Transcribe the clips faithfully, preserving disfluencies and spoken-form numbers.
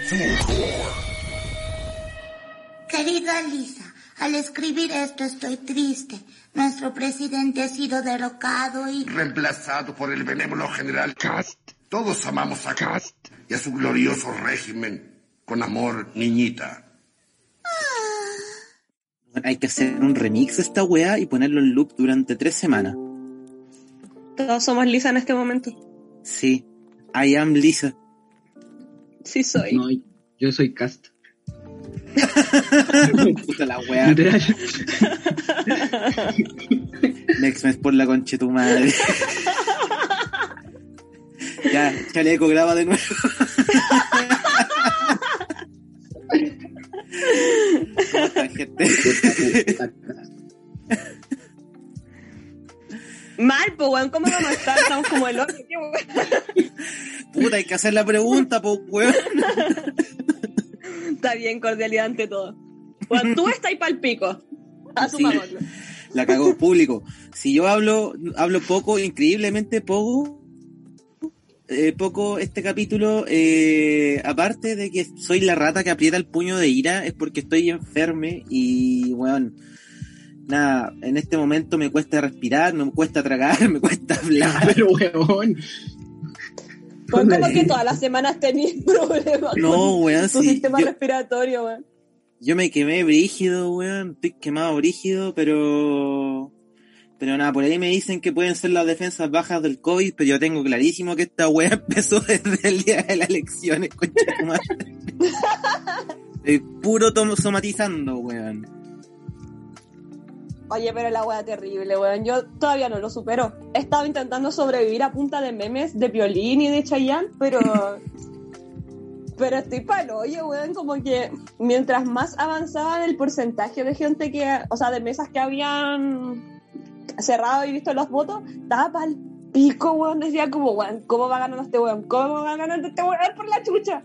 Querida Lisa, al escribir esto estoy triste. Nuestro presidente ha sido derrocado y... reemplazado por el benévolo general Cast. Todos amamos a Cast y a su glorioso régimen. Con amor, niñita. Hay que hacer un remix de esta weá y ponerlo en loop durante tres semanas. Todos somos Lisa en este momento. Sí, I am Lisa. Sí soy. No, yo soy Cast. Puta la weá. Next mes por la concha de tu madre. Ya, chaleco, graba de nuevo. ¿Cómo está, gente? Mal, po, weón, ¿cómo vamos a estar? Estamos como el otro, ¿qué, weón? Puta, hay que hacer la pregunta, po, weón. Está bien, cordialidad ante todo. Weón, tú estás ahí pa'l pico. Asumámoslo. Sí, la cagó público. Si yo hablo, hablo poco, increíblemente poco, eh, poco este capítulo, eh, aparte de que soy la rata que aprieta el puño de ira, es porque estoy enferme y, bueno, nada, en este momento me cuesta respirar, me cuesta tragar, me cuesta hablar. Pero, weón. Pues como que todas las semanas tenías problemas no, con weón, tu sí, sistema yo, respiratorio, weón. Yo me quemé brígido, weón, estoy quemado brígido, pero... Pero nada, por ahí me dicen que pueden ser las defensas bajas del COVID, pero yo tengo clarísimo que esta weá empezó desde el día de las elecciones, concha de tu madre. Estoy puro tom- somatizando, weón. Oye, pero la wea terrible, weón. Yo todavía no lo supero. He estado intentando sobrevivir a punta de memes de Piolín y de Chayanne, pero... pero estoy palo, oye, weón, como que mientras más avanzaba el porcentaje de gente que... O sea, de mesas que habían cerrado y visto los votos, estaba pa'l pico, weón. Decía como, weón, ¿cómo va ganando este weón? ¿Cómo va ganando este weón por la chucha?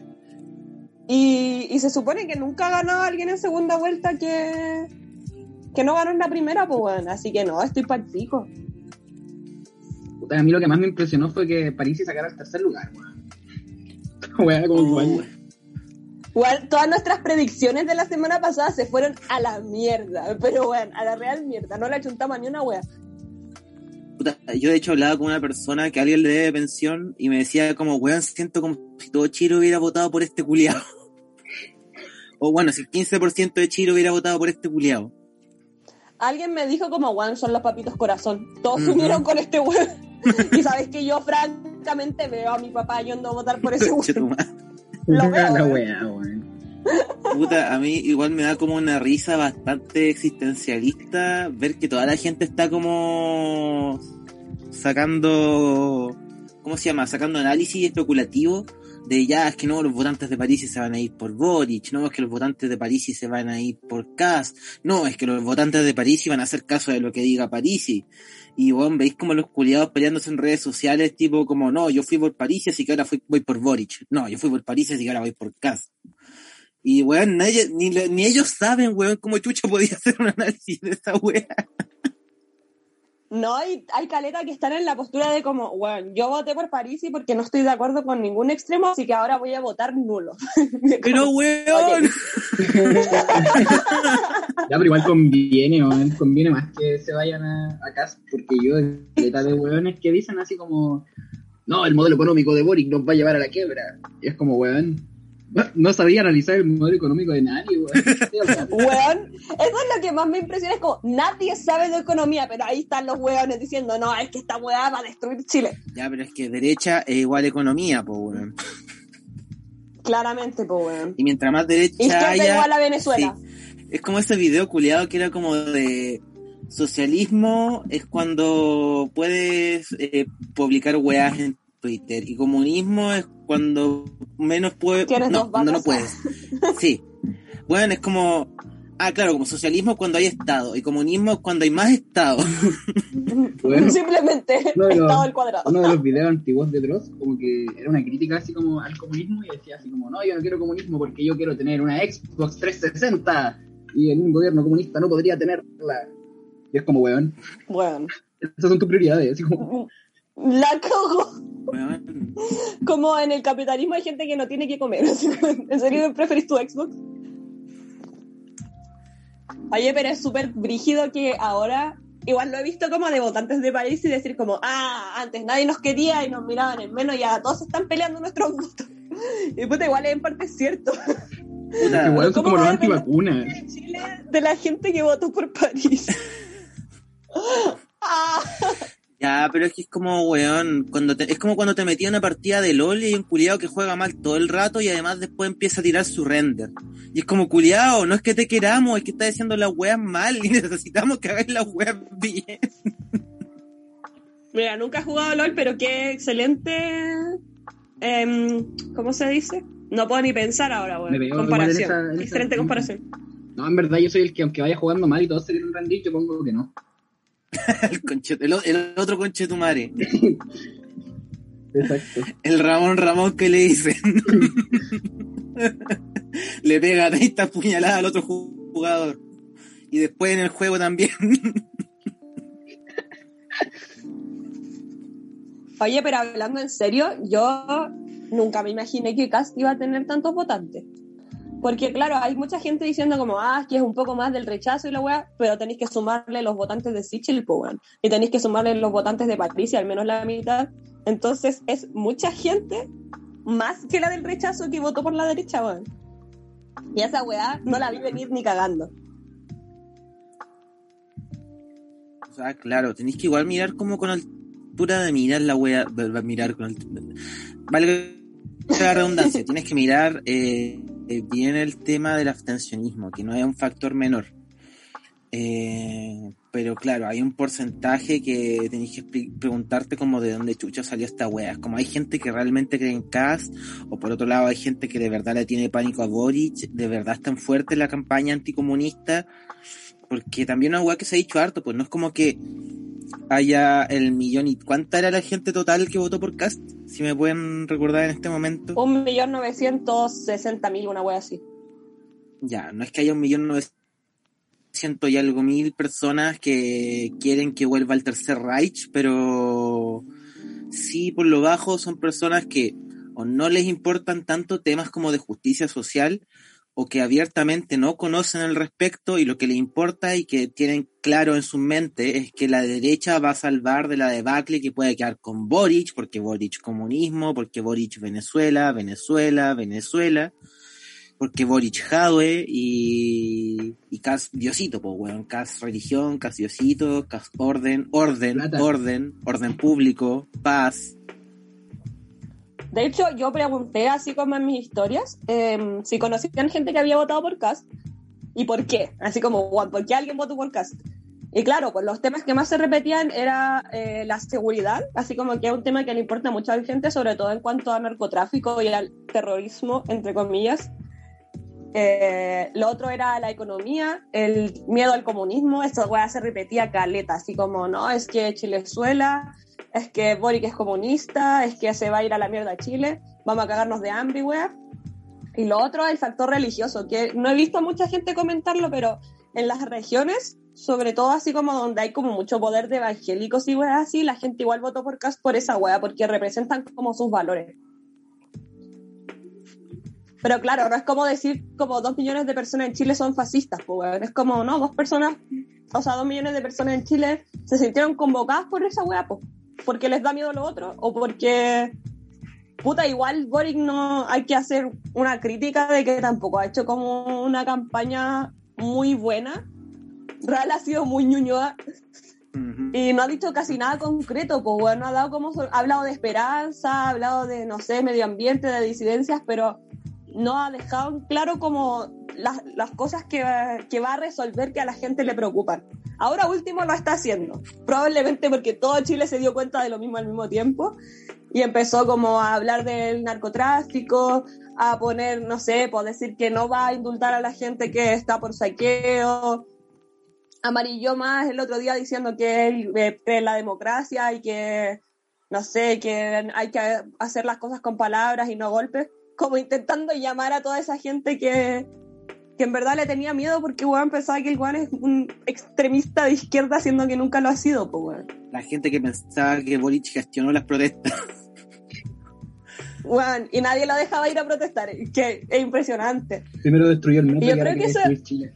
Y, y se supone que nunca ha ganado alguien en segunda vuelta que... que no ganó en la primera, pues bueno, así que no, estoy pa'l pico. Puta, a mí lo que más me impresionó fue que París sacara el tercer lugar, weón. Weón, como Oh, igual. Igual, todas nuestras predicciones de la semana pasada se fueron a la mierda, pero bueno, a la real mierda, no le achuntamos ni una wea. Puta, yo de hecho hablaba con una persona que a alguien le debe pensión y me decía como, weón, siento como si todo Chile hubiera votado por este culiao. O bueno, si el quince por ciento de Chile hubiera votado por este culiao. Alguien me dijo como, weón, son los papitos corazón, todos se Uh-huh. unieron con este weón. Y sabes que yo francamente veo a mi papá yendo a votar por ese weón. Lo veo, La weón. weá, weón. Puta, a mí igual me da como una risa bastante existencialista ver que toda la gente está como sacando, ¿cómo se llama? Sacando análisis especulativo de ya, es que no, los votantes de París se van a ir por Boric, no, es que los votantes de París se van a ir por Kast, no, es que los votantes de París van a hacer caso de lo que diga Parisi. Y bueno, veis como los culiados peleándose en redes sociales, tipo como, no, yo fui por París, así que ahora fui, voy por Boric. No, yo fui por París, así que ahora voy por Kast. Y weón, nadie, ni, ni ellos saben, weón, cómo chucha podía hacer un análisis de esa weá. No, hay, hay caleta que están en la postura de como, bueno, yo voté por Parisi porque no estoy de acuerdo con ningún extremo, así que ahora voy a votar nulo. Pero Como, weón. Ya, pero igual conviene, weón, conviene más que se vayan a, a casa, porque yo, caleta de weones que dicen así como, no, el modelo económico de Boric nos va a llevar a la quiebra. Y es como, weón, no sabía analizar el modelo económico de nadie, weón. Weón, eso es lo que más me impresiona, es como, nadie sabe de economía, pero ahí están los weones diciendo, no, es que esta weá va a destruir Chile. Ya, pero es que derecha es igual economía, po weón. Claramente, pues weón. Y mientras más derecha Izquierda haya... igual a Venezuela. Sí. Es como ese video culiado que era como de... Socialismo es cuando puedes eh, publicar weas en Twitter, y comunismo es cuando menos puedes, no, cuando no puedes. Sí. Bueno, es como, ah, claro, como socialismo es cuando hay Estado, y comunismo es cuando hay más Estado. Bueno, simplemente uno de los, Estado al cuadrado. Uno de los videos antiguos de Dross, como que era una crítica así como al comunismo, y decía así como, no, yo no quiero comunismo porque yo quiero tener una Xbox trescientos sesenta, y en un gobierno comunista no podría tenerla. Y es como, weón. Bueno. Esas son tus prioridades, así como... La cagó. Weón. Como en el capitalismo hay gente que no tiene que comer. ¿En serio preferís tu Xbox? Oye, pero es súper brígido que ahora, igual lo he visto como de votantes de París y decir como, ah, antes nadie nos quería y nos miraban en menos y ahora todos están peleando nuestros votos. Y puta, igual en parte es cierto. Puta, Igual son ¿Cómo como los va a depender antivacunas. de Chile de la gente que votó por París? Ah. ya, pero es que es como, weón, cuando te, es como cuando te metí a una partida de LOL y hay un culiao que juega mal todo el rato y además después empieza a tirar su render. Y es como, culiao, no es que te queramos, es que estás haciendo las weas mal y necesitamos que hagáis las weas bien. Mira, nunca he jugado LOL, pero qué excelente... Eh, ¿Cómo se dice? No puedo ni pensar ahora, Me weón. veo Comparación. igual en esa- en Excelente esa- comparación. No, en verdad yo soy el que, aunque vaya jugando mal y todos se quieren rendir, yo pongo que no. el, conche, el, el otro conche tu madre. Exacto. El Ramón Ramón que le dicen. Le pega treinta puñaladas al otro jugador. Y después en el juego también. Oye, pero hablando en serio, yo nunca me imaginé que Cast iba a tener tantos votantes. Porque claro, hay mucha gente diciendo como, ah, que es un poco más del rechazo y la weá, pero tenéis que sumarle los votantes de Sichel, po, weón. Y tenéis que sumarle los votantes de Patricia, al menos la mitad. Entonces es mucha gente más que la del rechazo que votó por la derecha, weón. Y esa weá no la vi venir ni cagando. O sea, claro, tenéis que igual mirar como con altura de mirar la wea, mirar con altura. Vale la redundancia, tienes que mirar eh, eh, bien el tema del abstencionismo, que no es un factor menor. Eh, pero claro, hay un porcentaje que tenéis que pre- preguntarte como de dónde chucha salió esta wea. Es como hay gente que realmente cree en Kast, o por otro lado hay gente que de verdad le tiene pánico a Boric, de verdad es tan fuerte la campaña anticomunista, porque también una wea que se ha dicho harto, pues no es como que haya el millón y... ¿Cuánta era la gente total que votó por Kast? Si me pueden recordar en este momento. Un millón novecientos sesenta mil, una wea así. Ya, no es que haya un millón novecientos y algo mil personas que quieren que vuelva el tercer Reich, pero sí, por lo bajo son personas que o no les importan tanto temas como de justicia social, o que abiertamente no conocen al respecto y lo que les importa y que tienen claro en su mente es que la derecha va a salvar de la debacle que puede quedar con Boric, porque Boric comunismo, porque Boric Venezuela, Venezuela, Venezuela, porque Boric Jadwe y, y Cas Diosito, pues weón, Cas religión, Cas Diosito, Cas orden, orden, Plata. orden, orden público, paz. De hecho, yo pregunté, así como en mis historias, eh, si conocían gente que había votado por Kast y por qué. Así como, bueno, ¿por qué alguien votó por Kast? Y claro, pues los temas que más se repetían era eh, la seguridad, así como que es un tema que le importa mucho a la gente, sobre todo en cuanto a narcotráfico y al terrorismo, entre comillas. Eh, lo otro era la economía, el miedo al comunismo. Esto weá se repetía caleta, así como, no, es que Chilezuela, es que Boric es comunista, es que se va a ir a la mierda a Chile, vamos a cagarnos de hambre, weá. Y lo otro es el factor religioso, que no he visto a mucha gente comentarlo, pero en las regiones, sobre todo así como donde hay como mucho poder de evangélicos y weá así, la gente igual votó por Kast por esa weá, porque representan como sus valores. Pero claro, no es como decir como dos millones de personas en Chile son fascistas, pues, weón. Es como, no, dos personas, o sea, dos millones de personas en Chile se sintieron convocadas por esa weá, pues, porque les da miedo lo otro, o porque, puta, igual Boric no, hay que hacer una crítica de que tampoco ha hecho como una campaña muy buena. Real ha sido muy ñuñoa. Uh-huh. Y no ha dicho casi nada concreto, pues, weón, no ha dado como, ha hablado de esperanza, ha hablado de, no sé, medio ambiente, de disidencias, pero no ha dejado en claro como las, las cosas que, que va a resolver que a la gente le preocupan. Ahora último lo está haciendo, probablemente porque todo Chile se dio cuenta de lo mismo al mismo tiempo y empezó como a hablar del narcotráfico, a poner, no sé, por decir que no va a indultar a la gente que está por saqueo. Amarilló más el otro día diciendo que él cree en la democracia y que, no sé, que hay que hacer las cosas con palabras y no golpes, como intentando llamar a toda esa gente que, que en verdad le tenía miedo porque weón pensaba que el weón es un extremista de izquierda, siendo que nunca lo ha sido, pues weón. La gente que pensaba que Boric gestionó las protestas. Weón, y nadie lo dejaba ir a protestar, que es impresionante. Primero destruyó el metro y, y yo ahora creo que quiere eso... destruir Chile.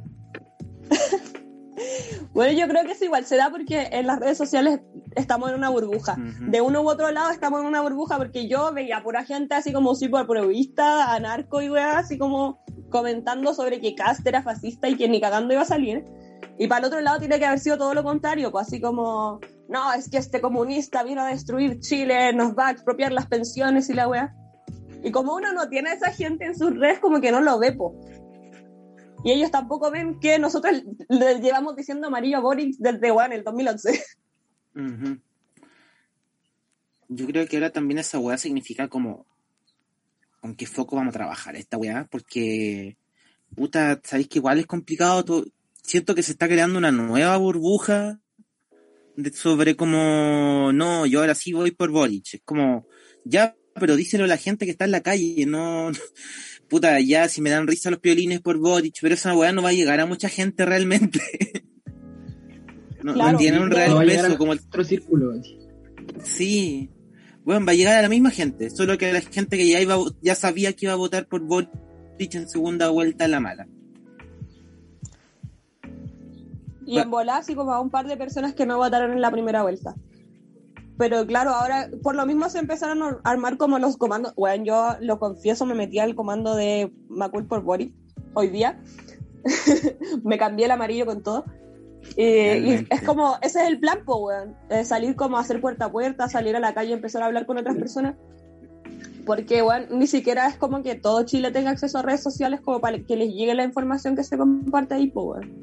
Bueno, yo creo que eso igual se da porque en las redes sociales estamos en una burbuja. Uh-huh. De uno u otro lado estamos en una burbuja porque yo veía pura gente así como súper progresista, anarco y weá, así como comentando sobre que Kast era fascista y que ni cagando iba a salir. Y para el otro lado tiene que haber sido todo lo contrario, pues así como, no, es que este comunista vino a destruir Chile, nos va a expropiar las pensiones y la weá. Y como uno no tiene a esa gente en sus redes, como que no lo ve, po. Y ellos tampoco ven que nosotros le llevamos diciendo amarillo a Boric desde bueno, el dos mil once. Uh-huh. Yo creo que ahora también esa weá significa como con qué foco vamos a trabajar esta weá, porque puta, sabéis que igual es complicado todo. Siento que se está creando una nueva burbuja de, sobre como no, yo ahora sí voy por Boric. Es como, ya, pero díselo a la gente que está en la calle, no... Puta, ya si me dan risa los piolines por Boric, pero esa weá no va a llegar a mucha gente realmente. no, claro, no tiene un real no peso como el otro círculo. Sí. Bueno, va a llegar a la misma gente, solo que la gente que ya iba, ya sabía que iba a votar por Boric en segunda vuelta a la mala. Y en volá, así como a un par de personas que no votaron en la primera vuelta. Pero claro, ahora por lo mismo se empezaron a armar como los comandos. Bueno, yo lo confieso, me metí al comando de Macul por Boric hoy día. Me cambié el amarillo con todo. Eh, y es como, ese es el plan, po, weón. Eh, salir como a hacer puerta a puerta, salir a la calle, empezar a hablar con otras personas. Porque, weón, ni siquiera es como que todo Chile tenga acceso a redes sociales como para que les llegue la información que se comparte ahí, po, weón.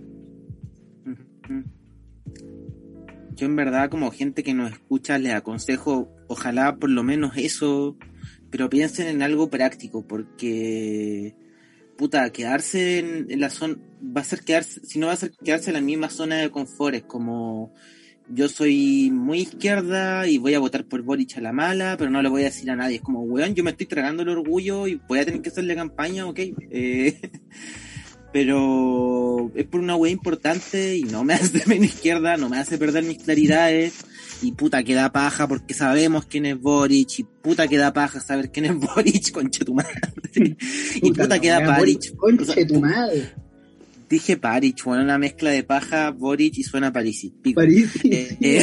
Yo en verdad como gente que nos escucha les aconsejo ojalá por lo menos eso, pero piensen en algo práctico porque puta, quedarse en, en la zona va a ser quedarse, si no va a ser quedarse en la misma zona de confort, es como yo soy muy izquierda y voy a votar por Boric a la mala, pero no le voy a decir a nadie, es como weón, yo me estoy tragando el orgullo y voy a tener que hacerle campaña, ok, eh, pero es por una wea importante y no me hace menos izquierda, no me hace perder mis claridades y puta que da paja porque sabemos quién es Boric y puta que da paja saber quién es Boric, conche tu madre y puta, puta que da Parich, conche tu madre. Dije Parich, bueno, una mezcla de paja, Boric y suena Parisi. Parisi. Eh, eh,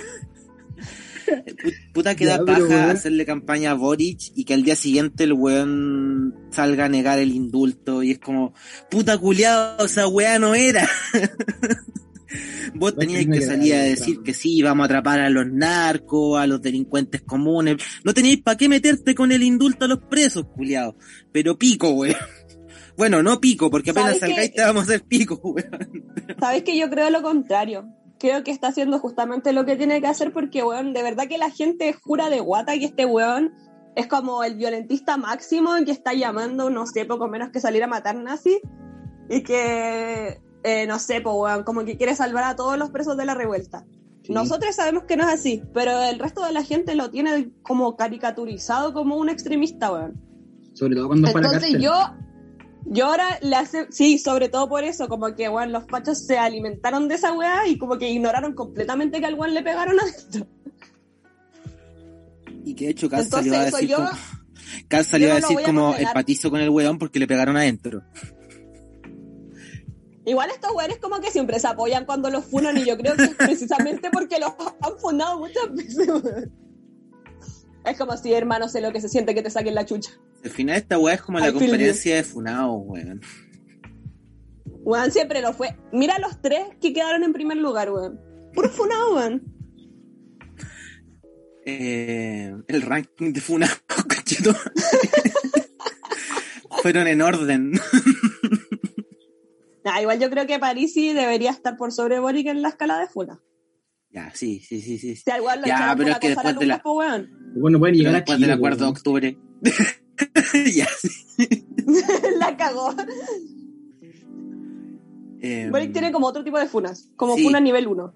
puta que da paja bueno. hacerle campaña a Boric y que al día siguiente el weón salga a negar el indulto y es como, puta culiao, esa weá no era. Vos tenías que salir a decir que sí, vamos a atrapar a los narcos, a los delincuentes comunes. No teníais para qué meterte con el indulto a los presos, culiao. Pero pico, weón. Bueno, no pico, porque apenas salgáis te vamos a hacer pico, weón. Sabes que yo creo lo contrario. Creo que está haciendo justamente lo que tiene que hacer porque, weón, de verdad que la gente jura de guata que este weón es como el violentista máximo que está llamando, no sé, poco menos que salir a matar nazis y que, eh, no sé, po, weón, como que quiere salvar a todos los presos de la revuelta. Sí. Nosotros sabemos que no es así, pero el resto de la gente lo tiene como caricaturizado como un extremista, weón. Sobre todo cuando fue a la cárcel. Entonces yo... Yo ahora le hace, sí, sobre todo por eso, como que, bueno, los fachos se alimentaron de esa weá y como que ignoraron completamente que al weón le pegaron adentro. Y que de hecho Kast salió a decir, yo, como, Kast salió no a decir como empatizo con el weón porque le pegaron adentro. Igual estos weones como que siempre se apoyan cuando los funan y yo creo que es precisamente porque los han funado muchas veces, weón. Es como si, hermano, sé lo que se siente que te saquen la chucha. Al final esta weá es como I la conferencia de funao, weón. Weón siempre lo fue. Mira los tres que quedaron en primer lugar, weón. Puro funao, weón. Eh, el ranking de funao, cachito. Fueron en orden. Nah, igual yo creo que Parisi debería estar por sobre Boric en la escala de funa. Ya, sí, sí, sí, sí. Si igual lo ya, pero es que después de la... Bueno, pueden llegar después a Chile, del acuerdo de octubre. Ya, sí. La cagó. Eh, Boric tiene como otro tipo de funas, como sí. funa nivel uno.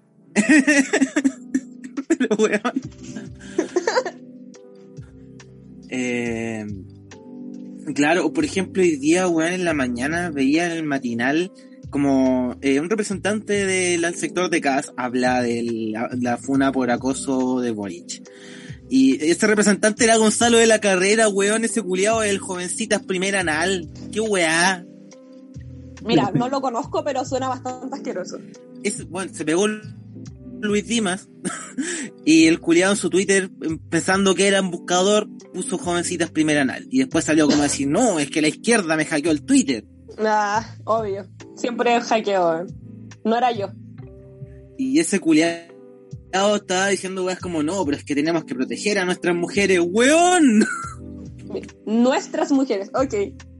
Pero weón. eh, Claro, o por ejemplo, hoy día, weón, en la mañana veía en el matinal como eh, un representante del sector de C A S habla de la, la funa por acoso de Boric. Y ese representante era Gonzalo de la Carrera, weón, ese culiado del Jovencitas Primera Anal. ¡Qué weá! Mira, no lo conozco, pero suena bastante asqueroso. Es, bueno, se pegó Luis Dimas y el culiado en su Twitter, pensando que era un buscador, puso Jovencitas Primera Anal. Y después salió como a decir, no, es que la izquierda me hackeó el Twitter. Ah, obvio. Siempre hackeo, ¿eh? No era yo. Y ese culiado estaba diciendo weas como, no, pero es que tenemos que proteger a nuestras mujeres, weón. Nuestras mujeres, ok.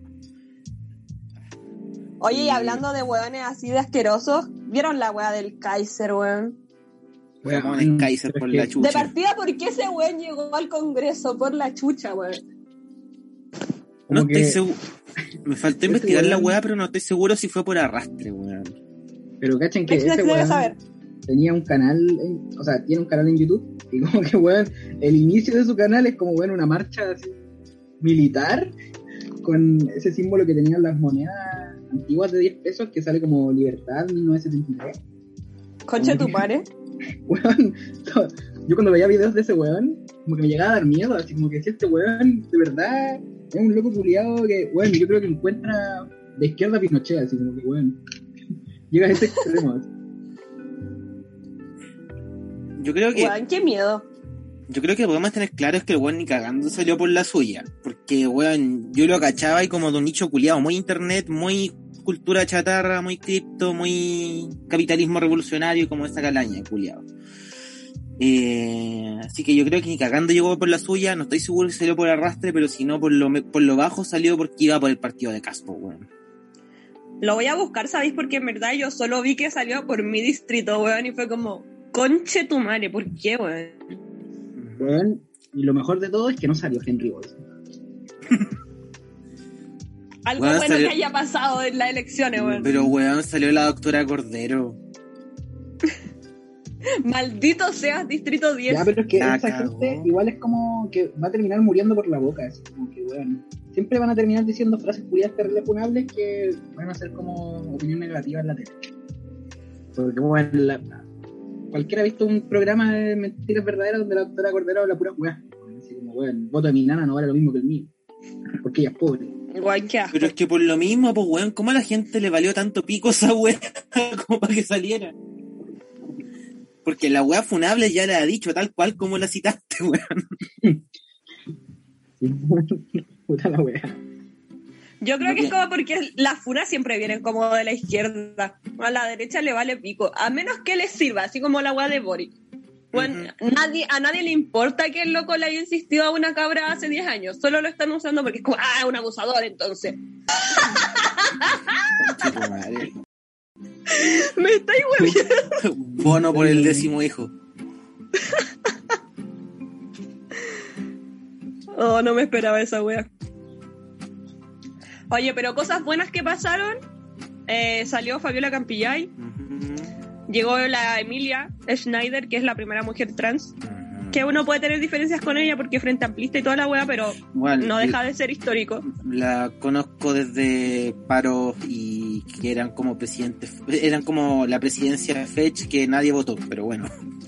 Oye, y hablando de weones así de asquerosos, ¿vieron la wea del Kaiser, weón? Weón, es Kaiser por la chucha. De partida, ¿por qué ese weón llegó al Congreso? Por la chucha, weón. No Como estoy que- seguro. Me faltó investigar la wea, pero no estoy seguro si fue por arrastre, weón. Pero cachen que Mex ese debe weón saber. tenía un canal, en- o sea, tiene un canal en YouTube, y como que, weón, el inicio de su canal es como, weón, una marcha así, militar, con ese símbolo que tenían las monedas antiguas de diez pesos, que sale como Libertad mil novecientos setenta y tres. Concha tu madre. Weón, to- yo cuando veía videos de ese weón, como que me llegaba a dar miedo, así como que si este weón, de verdad, es un loco culiado que, weón, yo creo que encuentra de izquierda a Pinochet, así como que, weón, llega a ese extremo. Así. Yo creo que Weón, qué miedo. Yo creo que podemos tener claro es que el weón ni cagando salió por la suya. Porque, weón, yo lo cachaba y como de un nicho culiado, muy internet, muy cultura chatarra, muy cripto, muy capitalismo revolucionario, como esa calaña, culiado. Eh, así que yo creo que ni cagando llegó por la suya, no estoy seguro si salió por arrastre, pero si no por lo, por lo bajo salió porque iba por el partido de Caspo, weón. Lo voy a buscar, ¿sabéis? Porque en verdad yo solo vi que salió por mi distrito, weón, y fue como, conche tu madre, ¿por qué, weón? Weón, y lo mejor de todo es que no salió Henry Boyce. Algo Weón, bueno salió- que haya pasado en las elecciones, weón. Pero, weón, salió la doctora Cordero. Maldito seas Distrito diez. Ya, pero es que La esa cagó. gente igual es como que va a terminar muriendo por la boca, así como que, weón, siempre van a terminar diciendo frases culiadas terribles funables que van a ser como opinión negativa en la tele. Porque, weón, la- cualquiera ha visto un programa de mentiras verdaderas donde la doctora Cordero habla pura weá. Así como, weón, el voto de mi nana no vale lo mismo que el mío, porque ella es pobre. Igual que asco. Pero es que por lo mismo, pues, weón, ¿cómo a la gente le valió tanto pico esa weá como para que saliera? Porque la weá funable ya la ha dicho tal cual como la citaste, weón. Puta la weá. Yo creo Lo que es que- como porque las funas siempre vienen como de la izquierda. A la derecha le vale pico. A menos que les sirva, así como la weá de Boric. Bueno, nadie, a nadie le importa que el loco le haya insistido a una cabra hace diez años. Solo lo están usando porque es como, ah, un abusador, entonces. Chico madre. Me estáis hueviando. Bono por el décimo hijo. Oh, no me esperaba esa wea. Oye, pero cosas buenas que pasaron. Eh, salió Fabiola Campillay. Llegó la Emilia Schneider, que es la primera mujer trans. Que uno puede tener diferencias con ella porque es frente amplista y toda la wea, pero Bueno, no deja de ser histórico. La conozco desde paros y que eran como presidentes, eran como la presidencia de Fetch que nadie votó, pero bueno.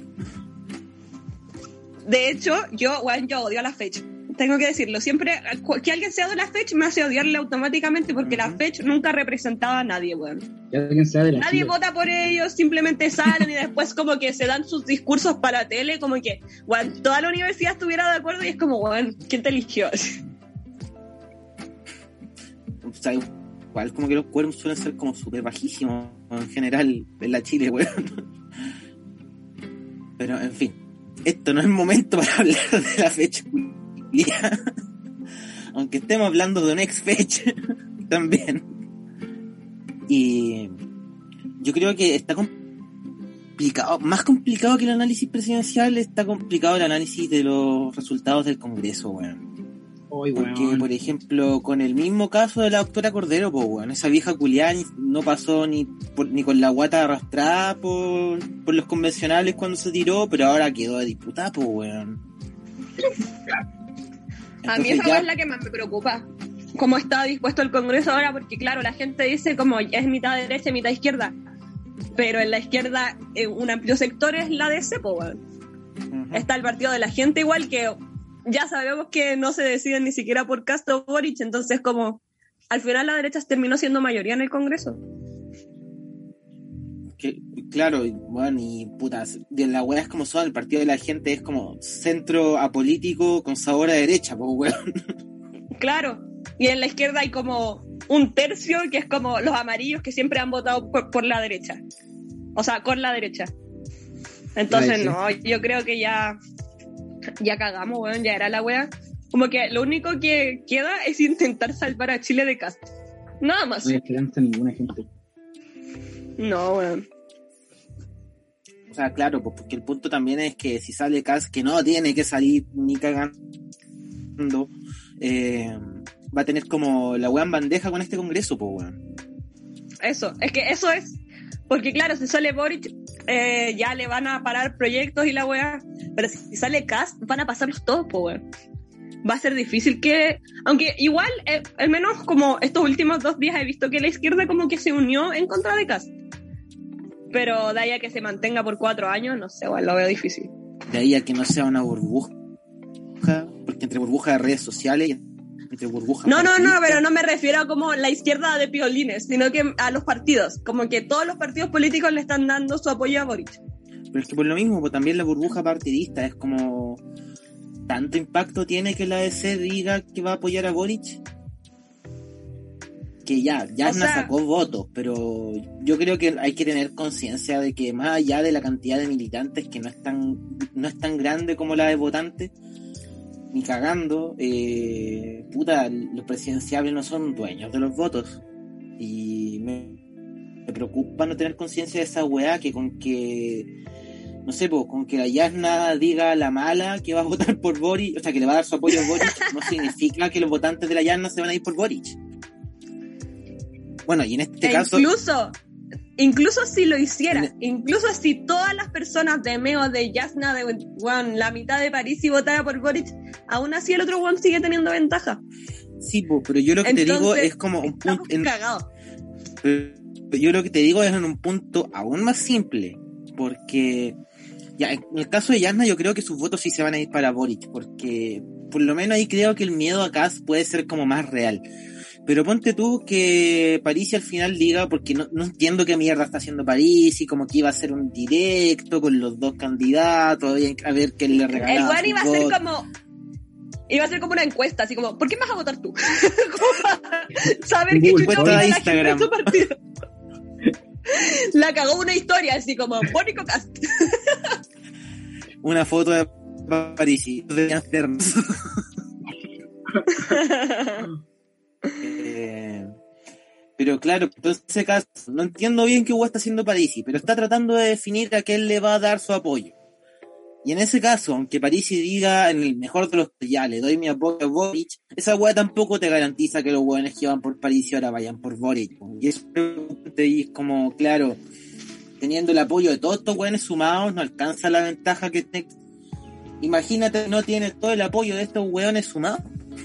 De hecho, yo, bueno, yo odio a la Fetch. Tengo que decirlo. Siempre que alguien sea de la Fetch me hace odiarle automáticamente porque la Fetch nunca representaba a nadie, weón. Que alguien sea de la Nadie Chile. vota por ellos, simplemente salen y después como que se dan sus discursos para la tele, como que, weón, toda la universidad estuviera de acuerdo y es como, weón, ¿quién te eligió? O sea, igual como que los cuernos suelen ser como súper bajísimos en general en la Chile, weón. Pero, en fin, esto no es momento para hablar de la fecha. Aunque estemos hablando de un ex fecha también. Y yo creo que está complicado, más complicado que el análisis presidencial, está complicado el análisis de los resultados del Congreso, weón. Oy, Porque, weón. por ejemplo, con el mismo caso de la doctora Cordero, pues, weón, esa vieja culiada ni- no pasó ni por- ni con la guata arrastrada por, por los convencionales cuando se tiró, pero ahora quedó de diputada, pues, weón. A mí Entonces esa ya- weá es la que más me preocupa. cómo está dispuesto el Congreso ahora, porque claro, la gente dice como es mitad derecha y mitad izquierda, pero en la izquierda eh, un amplio sector es la D C, po, weón. Uh-huh. Está el Partido de la Gente igual, que ya sabemos que no se deciden ni siquiera por Castro o Boric, entonces como al final la derecha terminó siendo mayoría en el Congreso. Que, claro, bueno, y putas, de las weas como son, el Partido de la Gente es como centro apolítico con sabor a derecha, po, weón. Claro, y en la izquierda hay como un tercio que es como los amarillos que siempre han votado por, por la derecha, o sea, con la derecha. Entonces Ay, sí. no, yo creo que ya ya cagamos, weón, ya era la wea. Como que lo único que queda es intentar salvar a Chile de Cast. Nada más. No hay esperanza en ninguna gente. No, weón. O sea, claro, pues porque el punto también es que si sale Cast, que no tiene que salir ni cagando, eh, va a tener como la wea en bandeja con este congreso, pues weón. Eso, es que eso es. Porque claro, si sale Boric, eh, ya le van a parar proyectos y la wea. Pero si sale Cast, van a pasarlos todos, pues weón. Va a ser difícil que... Aunque igual, eh, al menos como estos últimos dos días he visto que la izquierda como que se unió en contra de Cast. Pero de ahí a que se mantenga por cuatro años, no sé, igual lo veo difícil. De ahí a que no sea una burbuja, porque entre burbujas de redes sociales y entre burbujas... No, no, no, pero no me refiero a como la izquierda de piolines, sino que a los partidos. Como que todos los partidos políticos le están dando su apoyo a Boric. Pero es que por lo mismo, pues también la burbuja partidista es como... ¿Tanto impacto tiene que la D C diga que va a apoyar a Boric? Que ya, ya no sacó votos, pero yo creo que hay que tener conciencia de que más allá de la cantidad de militantes, que no es tan, no es tan grande como la de votantes, ni cagando, eh, puta, los presidenciables no son dueños de los votos. Y me, me preocupa no tener conciencia de esa weá, que con que... no sé, pues, con que la Yasna diga a la mala que va a votar por Boric, o sea, que le va a dar su apoyo a Boric, no significa que los votantes de la Yasna se van a ir por Boric. Bueno, y en este e caso... Incluso, incluso si lo hiciera, en... incluso si todas las personas de Meo, de Yasna, de bueno, la mitad de París y votara por Boric, aún así el otro one sigue teniendo ventaja. Sí, pues, pero yo lo que Entonces, te digo es como un punto... En... cagados. Pero yo lo que te digo es en un punto aún más simple, porque... Ya, en el caso de Yasna yo creo que sus votos sí se van a ir para Boric, porque por lo menos ahí creo que el miedo a Kast puede ser como más real. Pero ponte tú que Parisi al final diga, porque no, no entiendo qué mierda está haciendo Parisi, como que iba a ser un directo con los dos candidatos, a ver qué le regalaba. El güey iba a ser como... Iba a ser como una encuesta, así como, ¿por qué vas a votar tú? Saber qué chucha opina la gente de su partido. La cagó una historia, así como Boric o Kast. Una foto de Parisi. Deberían ser. eh, pero claro, entonces Kast, no entiendo bien qué hueá está haciendo Parisi, pero está tratando de definir a quién le va a dar su apoyo. Y en ese caso, aunque Parisi diga en el mejor de los ya le doy mi apoyo a Boric, esa hueá tampoco te garantiza que los hueones que van por Parisi ahora vayan por Boric. Y eso es como, claro, teniendo el apoyo de todos estos hueones sumados, no alcanza la ventaja que te... Imagínate, no tienes todo el apoyo de estos hueones sumados.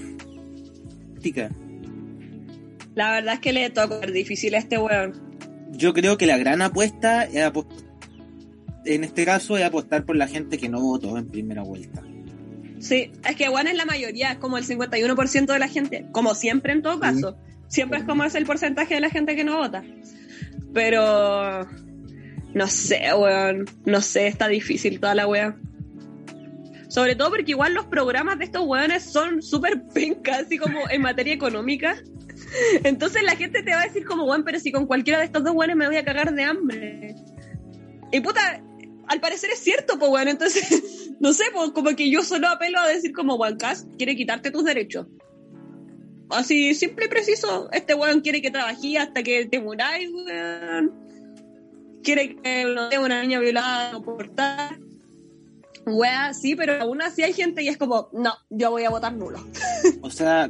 La verdad es que le toca ser difícil a este hueón. Yo creo que la gran apuesta es apostar, en este caso es apostar por la gente que no votó en primera vuelta. Sí, es que bueno, es la mayoría, es como el cincuenta y uno por ciento de la gente, como siempre en todo caso. Siempre es como es el porcentaje de la gente que no vota. Pero no sé, weón, no sé, está difícil toda la wea. Sobre todo porque igual los programas de estos weones son súper pencas, así como en materia económica. Entonces la gente te va a decir como, weón, pero si con cualquiera de estos dos weones me voy a cagar de hambre. Y puta, al parecer es cierto, pues weón, entonces, no sé, pues como que yo solo apelo a decir como, weón, Kast quiere quitarte tus derechos. Así, simple y preciso, este weón quiere que trabajes hasta que te muráis, weón. Quiere que no tenga una niña violada, no portar. Weá, sí, pero aún así hay gente y es como, no, yo voy a votar nulo. O sea,